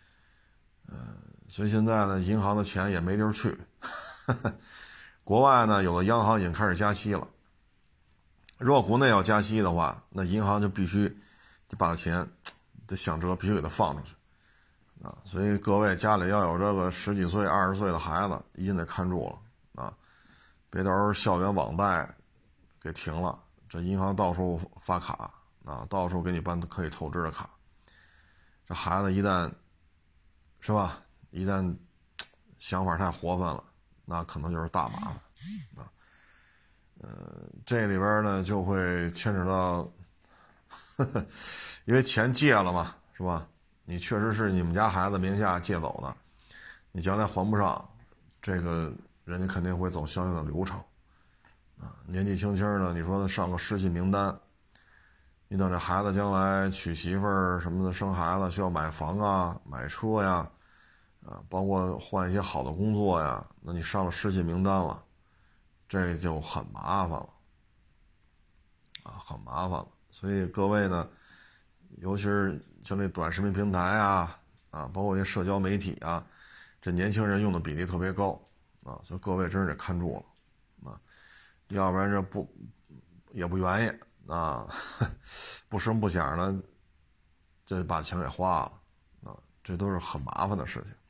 所以现在呢，银行的钱也没地儿去。国外呢，有的央行已经开始加息了。如果国内要加息的话，那银行就必须得把钱得想辙，必须给它放出去啊！所以各位家里要有这个10几岁、20岁的孩子，一定得看住了啊！别到时候校园网贷给停了，这银行到处发卡啊，到处给你办可以透支的卡，这孩子一旦是吧？一旦想法太活泛了，那可能就是大麻烦啊。这里边呢就会牵扯到，因为钱借了嘛，是吧？你确实是你们家孩子名下借走的，你将来还不上，这个人家肯定会走相应的流程啊。年纪轻轻的，你说他上个失信名单，你等这孩子将来娶媳妇儿什么的，生孩子需要买房啊、买车呀，啊，包括换一些好的工作呀，那你上了失信名单了，这就很麻烦了啊，很麻烦了。所以各位呢，尤其是像这短视频平台啊，包括这社交媒体啊，这年轻人用的比例特别高啊，所以各位真是得看住了啊，要不然这也不愿意啊，不声不响的就把钱给花了啊，这都是很麻烦的事情。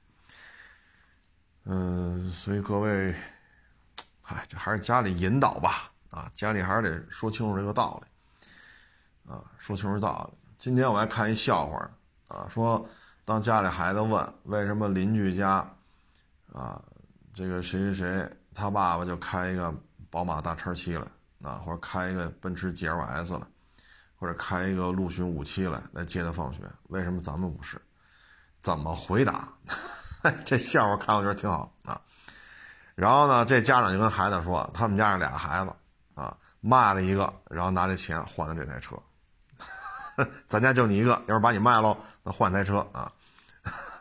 所以各位，这还是家里引导吧啊，家里还是得说清楚这个道理啊，说清楚道理。今天我还看一笑话啊，说当家里孩子问为什么邻居家啊这个谁谁谁他爸爸就开一个宝马大叉7来啊，或者开一个奔驰 GLS 来，或者开一个陆巡57来接他放学，为什么咱们不是？怎么回答？这笑话看我觉得挺好啊。然后呢，这家长就跟孩子说，他们家是俩孩子啊，卖了一个，然后拿这钱换的这台车。咱家就你一个，要是把你卖了，那换台车啊。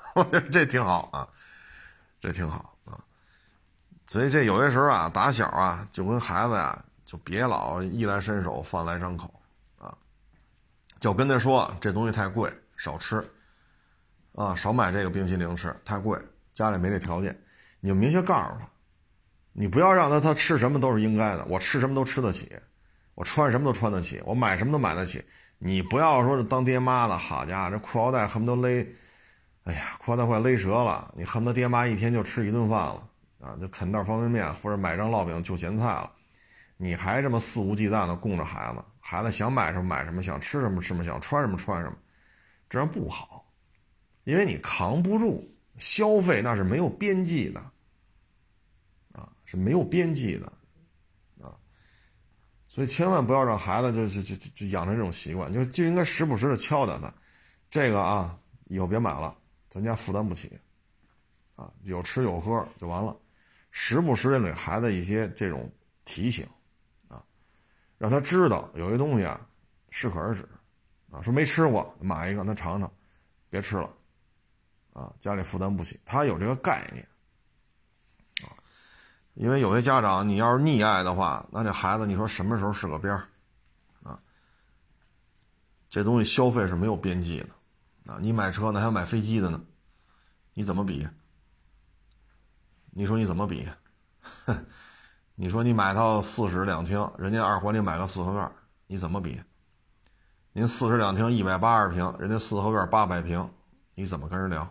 我觉得这挺好啊，这挺好啊。所以这有些时候啊，打小啊就跟孩子呀，就别老衣来伸手饭来张口啊，就跟他说这东西太贵，少吃啊，少买这个冰淇淋吃，太贵，家里没这条件，你就明确告诉他，你不要让他吃什么都是应该的，我吃什么都吃得起，我穿什么都穿得起，我买什么都买得起。你不要说当爹妈的，好家伙，这裤腰带恨不得勒，哎呀，裤腰带快勒折了，你恨不得爹妈一天就吃一顿饭了啊，就啃袋方便面或者买张烙饼就咸菜了，你还这么肆无忌惮的供着孩子，孩子想买什么买什么，想吃什么吃什么，想穿什么穿什么，这样不好，因为你扛不住，消费那是没有边际的啊，是没有边际的啊，所以千万不要让孩子就养成这种习惯，就应该时不时的敲打他，这个啊以后别买了，咱家负担不起啊，有吃有喝就完了，时不时的给孩子一些这种提醒啊，让他知道有些东西啊适可而止啊，说没吃过买一个他尝尝，别吃了啊，家里负担不起，他有这个概念啊。因为有些家长你要是溺爱的话，那这孩子你说什么时候是个边儿啊？这东西消费是没有边际的啊！你买车呢还有买飞机的呢，你怎么比？你说你怎么比？你说你买套4室2厅，人家2环里买个4合院，你怎么比？您4室2厅180平，人家4合院800平，你怎么跟人聊？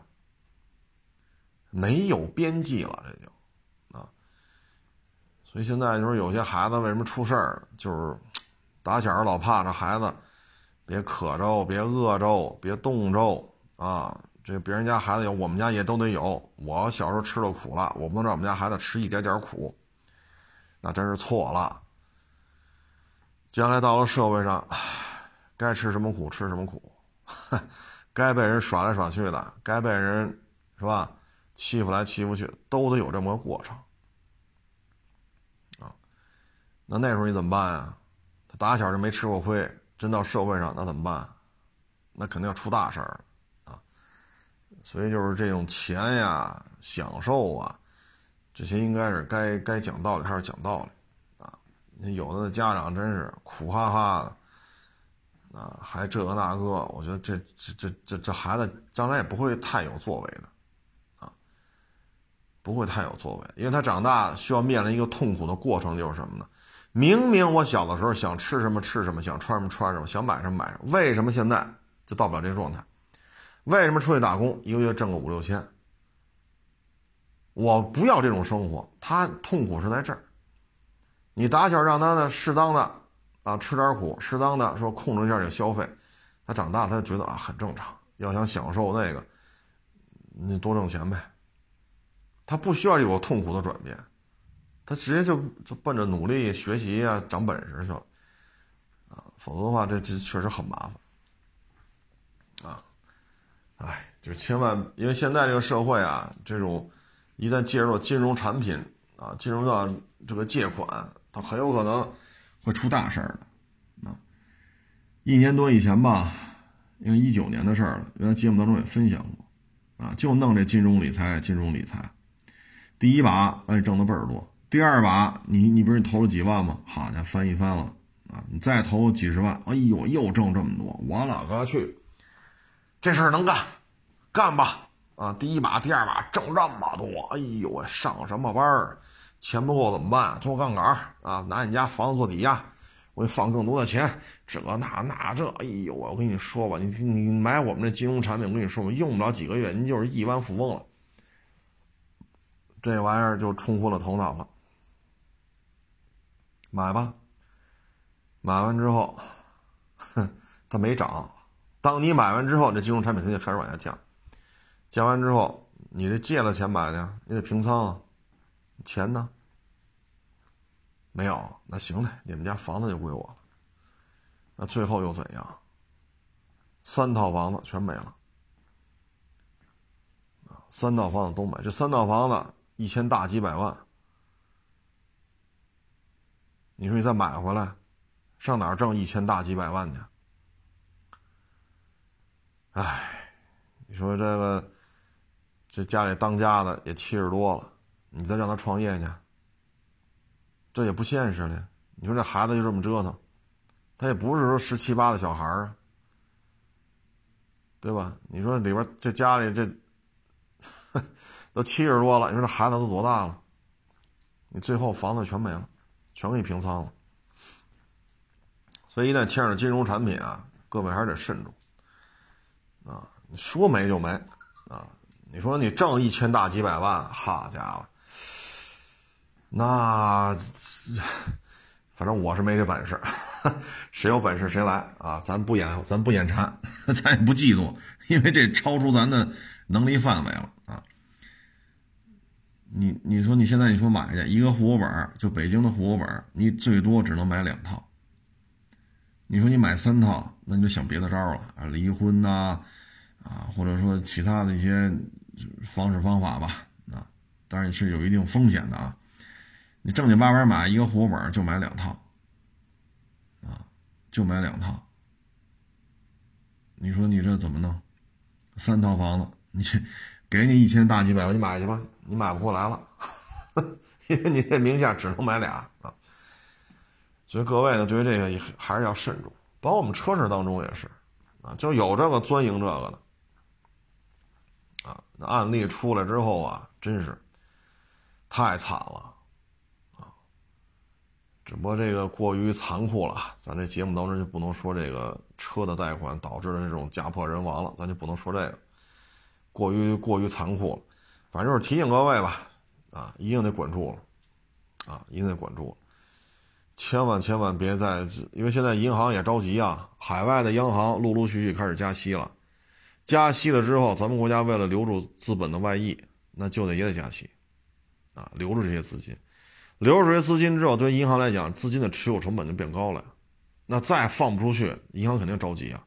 没有边际了，这就啊！所以现在就是有些孩子为什么出事儿，就是打小老怕这孩子别渴着，别饿着，别冻着啊！这别人家孩子有，我们家也都得有。我小时候吃了苦了，我不能让我们家孩子吃一点点苦，那真是错了。将来到了社会上，该吃什么苦吃什么苦，该被人耍来耍去的，该被人是吧欺负来欺负去，都得有这么个过程啊。那时候你怎么办呀？他打小就没吃过亏，真到社会上那怎么办？那肯定要出大事儿啊！所以就是这种钱呀、享受啊，这些应该是该讲道理还是讲道理啊。有的家长真是苦哈哈的啊，还这个那个，我觉得这孩子将来也不会太有作为的啊，不会太有作为，因为他长大需要面临一个痛苦的过程，就是什么呢？明明我小的时候想吃什么吃什么，想穿什么穿什么，想买什么买什么，为什么现在就到不了这个状态？为什么出去打工一个月挣个5、6千？我不要这种生活，他痛苦是在这儿。你打小让他呢适当的啊吃点苦，适当的说控制一下这个消费，他长大他就觉得啊很正常。要想享受那个，你多挣钱呗。他不需要有痛苦的转变，他直接就奔着努力学习啊长本事去了啊，否则的话这确实很麻烦啊。哎，就是千万，因为现在这个社会啊，这种一旦介入了金融产品啊，进入到这个借款，它很有可能会出大事儿的啊。1年多以前吧，因为19年的事儿了，原来节目当中也分享过啊，就弄这金融理财，第一把让你挣的倍儿多，第二把你不是投了几万吗？好家伙，翻一番了啊！你再投几十万，哎呦，又挣这么多，我勒个去！这事儿能干，干吧！啊，第一把、第二把挣这么多，哎呦喂，上什么班儿？钱不够怎么办？做杠杆啊，拿你家房子做抵押，我给你放更多的钱，这这，哎呦，我跟你说吧，你买我们这金融产品，我跟你说，我用不了几个月，您就是亿万富翁了。这玩意儿就冲昏了头脑了，买吧。买完之后，它没涨。当你买完之后，这金融产品它就开始往下降。降完之后，你这借了钱买的呀，你得平仓啊，钱呢？没有，那行嘞，你们家房子就归我了。那最后又怎样？3套房子全没了，3套房子都买，这3套房子1000大几百万，你说你再买回来，上哪儿挣1000大几百万去？哎，你说这个这家里当家的也70多了，你再让他创业去，这也不现实的。你说这孩子就这么折腾，他也不是说17、18的小孩啊，对吧？你说里边这家里这都70多了，你说这孩子都多大了？你最后房子全没了，全给你平仓了。所以一旦牵扯金融产品啊，各位还是得慎重啊！你说没就没啊！你说你挣1000大几百万，好家伙，那反正我是没这本事，谁有本事谁来啊！咱不眼馋，咱也不嫉妒，因为这超出咱的能力范围了啊！你说你现在你说买去一个户口本，就北京的户口本，你最多只能买2套。你说你买3套，那你就想别的招了啊，离婚呐，或者说其他的一些方式方法吧啊，当然是有一定风险的啊。你正经八百买一个户口本就买2套啊，就买2套。你说你这怎么弄？3套房子，你给你1000大几百万，你买去吧，你买不过来了，因为你这名下只能买俩啊。所以各位呢，对于这个还是要慎重，包括我们车市当中也是啊，就有这个钻营这个的啊。那案例出来之后啊，真是太惨了啊！只不过这个过于残酷了，咱这节目当中就不能说这个车的贷款导致的这种家破人亡了，咱就不能说这个过于残酷了。反正就是提醒各位吧，啊，一定得管住了，啊，一定得管住了。千万别再，因为现在银行也着急啊，海外的央行陆陆续续开始加息了，加息了之后，咱们国家为了留住资本的外溢，那就也得加息啊，留住这些资金，留住这些资金之后，对银行来讲，资金的持有成本就变高了，那再放不出去，银行肯定着急啊。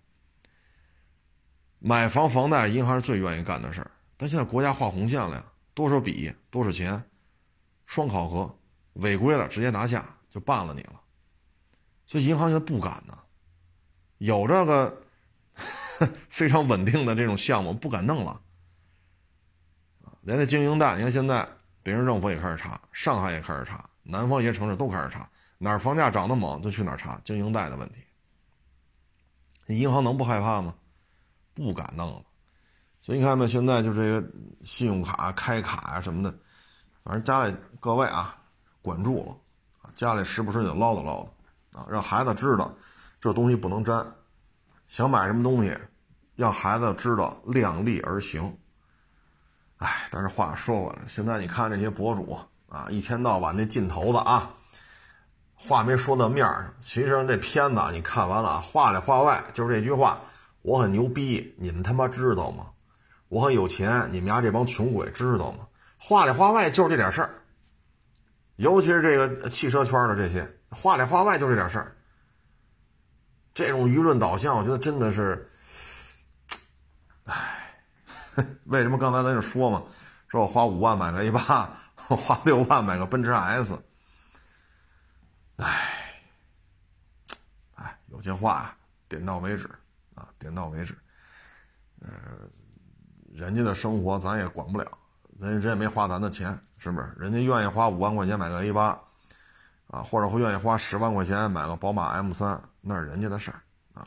买房房贷，银行是最愿意干的事儿，但现在国家画红线了呀，多少笔多少钱，双考核，违规了直接拿下。就办了你了，所以银行现在不敢呢，有这个非常稳定的这种项目不敢弄了，连这经营贷，你看现在北京政府也开始查，上海也开始查，南方一些城市都开始查，哪儿房价涨得猛就去哪儿查经营贷的问题。银行能不害怕吗？不敢弄了。所以你看吧，现在就这个信用卡开卡什么的，反正家里各位啊管住了。家里时不时得唠叨唠叨啊，让孩子知道这东西不能沾，想买什么东西让孩子知道量力而行。哎，但是话说回来，现在你看这些博主啊，一天到晚那劲头子啊，话没说到面上，其实这片子你看完了，话里话外就是这句话，我很牛逼，你们他妈知道吗？我很有钱，你们家这帮穷鬼知道吗？话里话外就是这点事儿。尤其是这个汽车圈的这些话里话外就这点事儿，这种舆论导向，我觉得真的是，唉，为什么刚才咱就说嘛，说我花5万买个 A8， 我花6万买个奔驰 S， 唉，有些话点到为止啊，点到为止，人家的生活咱也管不了。人也没花咱的钱，是不是？人家愿意花5万块钱买个 A8， 啊，或者会愿意花10万块钱买个宝马 M3， 那是人家的事儿啊。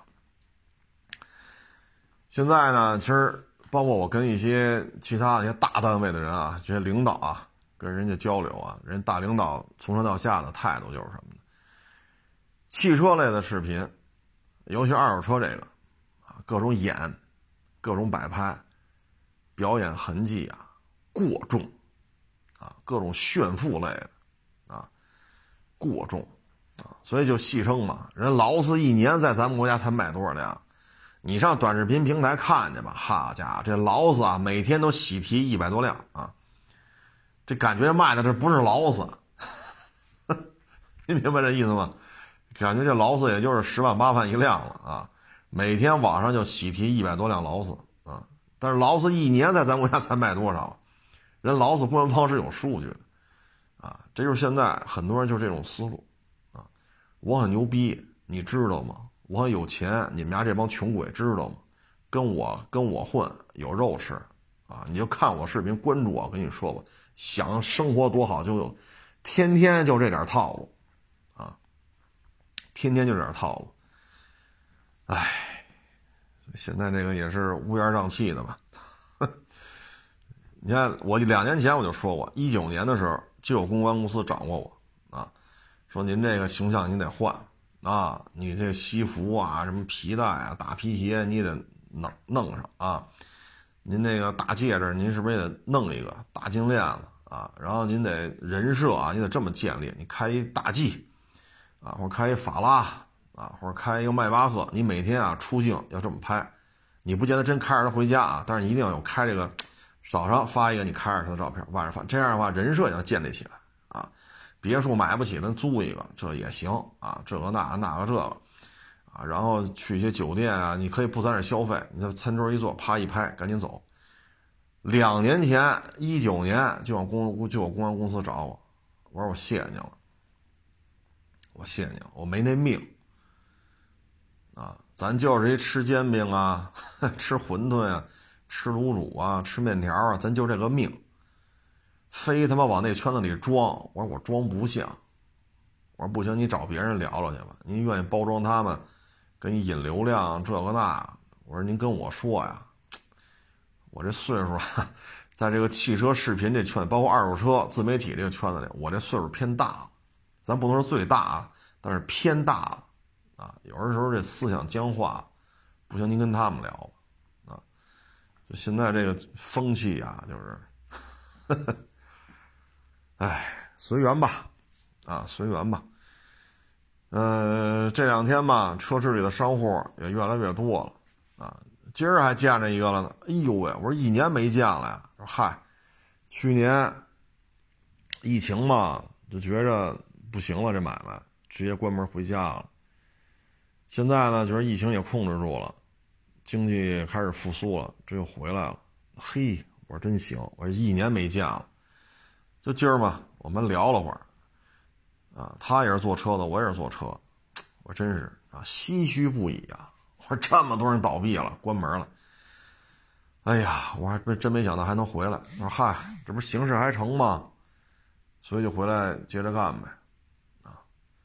现在呢，其实包括我跟一些其他的一些大单位的人啊，这些领导啊，跟人家交流啊，人大领导从上到下的态度就是什么呢？汽车类的视频，尤其二手车这个啊，各种演，各种摆拍，表演痕迹啊。过重啊，各种炫富类的啊，过重啊，所以就戏称嘛，人劳斯1年在咱们国家才卖多少辆？你上短视频平台看去吧，好家伙，这劳斯啊，每天都喜提100多辆啊，这感觉卖的这不是劳斯，你明白这意思吗？感觉这劳斯也就是10万8万一辆了啊，每天网上就喜提100多辆劳斯啊，但是劳斯1年在咱国家才卖多少？人劳斯官方是有数据的啊，这就是现在很多人就这种思路啊，我很牛逼，你知道吗？我很有钱，你们家这帮穷鬼知道吗？跟我混有肉吃啊，你就看我视频，关注我，跟你说吧，想生活多好就有，天天就这点套路啊，天天就这点套路。唉，现在这个也是乌烟瘴气的吧。你看我2年前我就说过，19年的时候就有公关公司找过我啊，说您这个形象您得换啊，你这西服啊，什么皮带啊，大皮鞋你得弄上啊，您那个大戒指您是不是也得弄一个大金链子啊，然后您得人设啊，你得这么建立，你开一大 G 啊，或者开一法拉啊，或者开一个迈巴赫，你每天啊出镜要这么拍，你不见得真开着它回家啊，但是你一定要有开这个，早上发一个你开着它的照片，晚上发，这样的话人设也要建立起来啊。别墅买不起，咱租一个这也行啊，这个那个这个啊，然后去一些酒店啊，你可以不在那消费，你在餐桌一坐，啪一拍，赶紧走。2年前19年就有公安公司找我，我说我谢谢您了，我谢谢您，我没那命啊，咱就是一吃煎饼啊，吃馄饨啊，吃卤煮啊，吃面条啊，咱就这个命，非他妈往那圈子里装。我说我装不下，我说不行，你找别人聊聊去吧，您愿意包装他们，给你引流量这个那，我说您跟我说呀，我这岁数啊，在这个汽车视频这圈子，包括二手车自媒体这个圈子里，我这岁数偏大了，咱不能说最大啊，但是偏大了啊。有的时候这思想僵化，不行，您跟他们聊吧啊。就现在这个风气啊，就是唉，随缘吧啊，随缘吧。这2天吧，车市里的商户也越来越多了啊。今儿还见着一个了呢，哎呦喂，我说1年没见了呀。说嗨，去年疫情嘛，就觉着不行了，这买卖直接关门回家了。现在呢，就是疫情也控制住了，经济开始复苏了，这又回来了。嘿，我说真行，我说1年没见了。就今儿嘛，我们聊了会儿啊，他也是坐车的，我也是坐车，我真是啊唏嘘不已啊。我说这么多人倒闭了，关门了，哎呀，我还真没想到还能回来。我说嗨，这不是形势还成吗？所以就回来接着干呗，啊，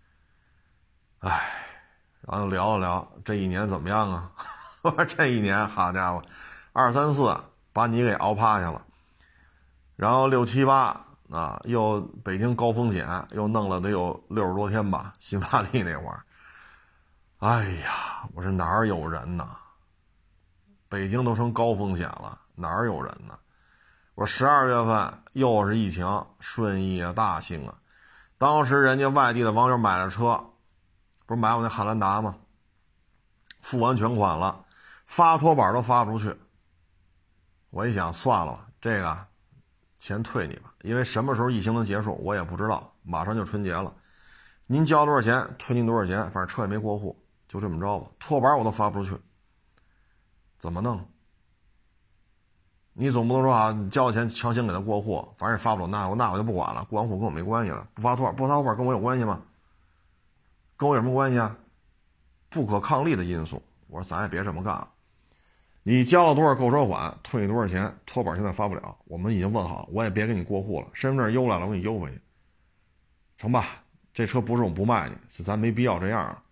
哎，然后聊了聊这1年怎么样啊？我说这1年好家伙，2、3、4把你给熬趴下了，然后6、7、8啊，又北京高风险又弄了得有60多天吧，新发地那会儿。哎呀，我说哪儿有人呢？北京都成高风险了，哪儿有人呢？我说12月份又是疫情，顺义啊、大兴啊，当时人家外地的网友买了车，不是买我那汉兰达吗？付完全款了，发托板都发不出去。我一想，算了吧，这个钱退你吧，因为什么时候疫情能结束我也不知道，马上就春节了。您交多少钱，退您多少钱，反正车也没过户，就这么着吧。托板我都发不出去，怎么弄？你总不能说啊，你交了钱强行给他过户，反正也发不了，那我就不管了，过完户跟我没关系了。不发托板跟我有关系吗？跟我有什么关系啊？不可抗力的因素。我说咱也别这么干了，你交了多少购车款，退你多少钱，托板现在发不了，我们已经问好了，我也别给你过户了，身份证邮来了我给你邮回去，成吧？这车不是我不卖你，是咱没必要这样了。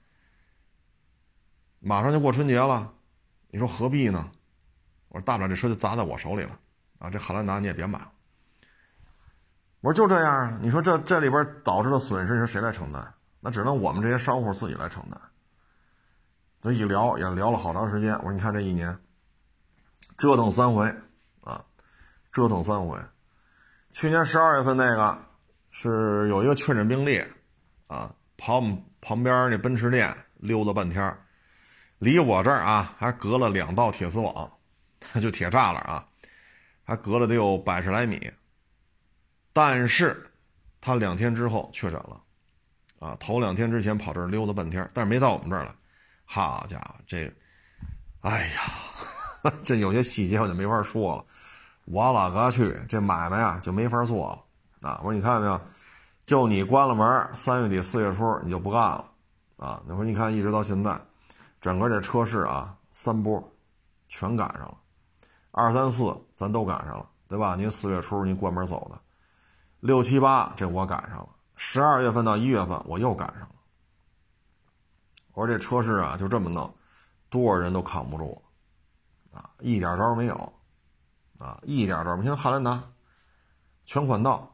马上就过春节了，你说何必呢？我说大不了这车就砸在我手里了啊，这汉兰达你也别买了。我说就这样啊，你说这里边导致的损失是谁来承担？那只能我们这些商户自己来承担。这一聊也聊了好长时间，我说你看这1年折腾3回啊，折腾3回。去年12月份那个是有一个确诊病例啊，跑我们旁边那奔驰店溜达半天，离我这儿啊还隔了2道铁丝网，就铁栅栏啊，还隔了得有100来米。但是他2天之后确诊了啊，头2天之前跑这儿溜达半天，但是没到我们这儿来。好家伙，这个哎呀，这有些细节我就没法说了。我老个去，这买卖啊就没法做了啊！我说你看到没有，就你关了门，3月底4月初你就不干了啊！那会儿你看一直到现在，整个这车市啊3波全赶上了。 2、3、4咱都赶上了，对吧？您4月初您关门走的，6、7、8这我赶上了，12月份到1月份我又赶上了。我说这车市啊就这么弄，多少人都扛不住啊，一点招没有啊，一点招没有。你看汉兰达全款到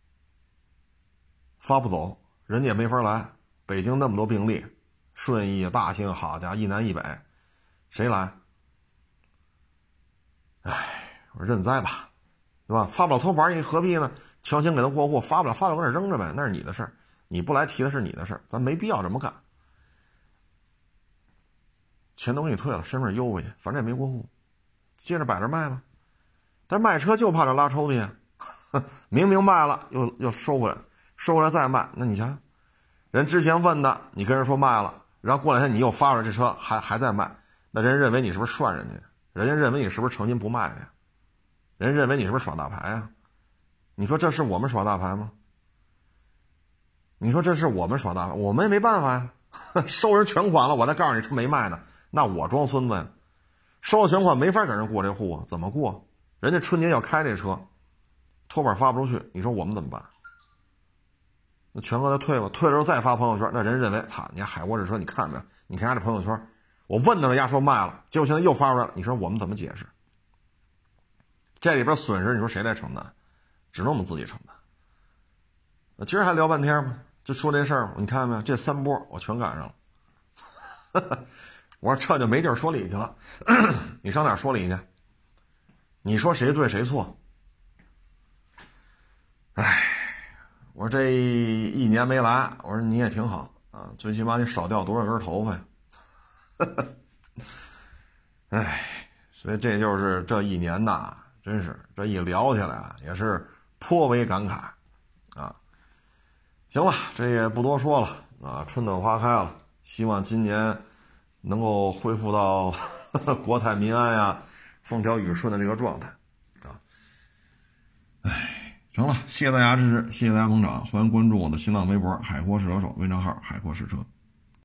发不走，人家也没法来。北京那么多病例，顺义、大兴，好家伙，一南一北，谁来？哎，我说认栽吧，对吧？发不了头牌你何必呢？强行给他过户，发不了搁那扔着呗，那是你的事儿，你不来提的是你的事儿，咱没必要这么干。钱都给你退了，身份邮回去，反正也没过户，接着摆着卖吧。但卖车就怕这拉抽屉，明明卖了又收回来，收回来再卖，那你瞧，人之前问的，你跟人说卖了，然后过两天你又发出来这车还在卖，那人认为你是不是涮人家？人家认为你是不是诚心不卖的呀？人认为你是不是耍大牌啊？你说这是我们耍大牌吗？你说这是我们耍大牌，我们也没办法呀。收人全款了，我再告诉你车没卖呢，那我装孙子呀。收了全款没法给人过这户啊，怎么过？人家春节要开这车，托板发不出去，你说我们怎么办？那全给他退吧，退了之后再发朋友圈，那人认为操，你海沃这车你看没有？你看人家这朋友圈，我问他了，人家说卖了，结果现在又发出来了，你说我们怎么解释？这里边损失你说谁来承担？只能我们自己承担。那今儿还聊半天吗？就说这事儿，你看到没有？这3波我全赶上了。我说这就没地儿说理去了，你上哪儿说理去？你说谁对谁错？哎，我说这1年没来，我说你也挺好啊，最起码你少掉多少根头发呀？哎，所以这就是这1年呐，真是这一聊起来也是颇为感慨啊。行了，这也不多说了啊，春暖花开了，希望今年能够恢复到国泰民安呀、风调雨顺的这个状态啊。哎，成了，谢谢大家支持，谢谢大家捧场，欢迎关注我的新浪微博海阔试车手微账号海阔试车。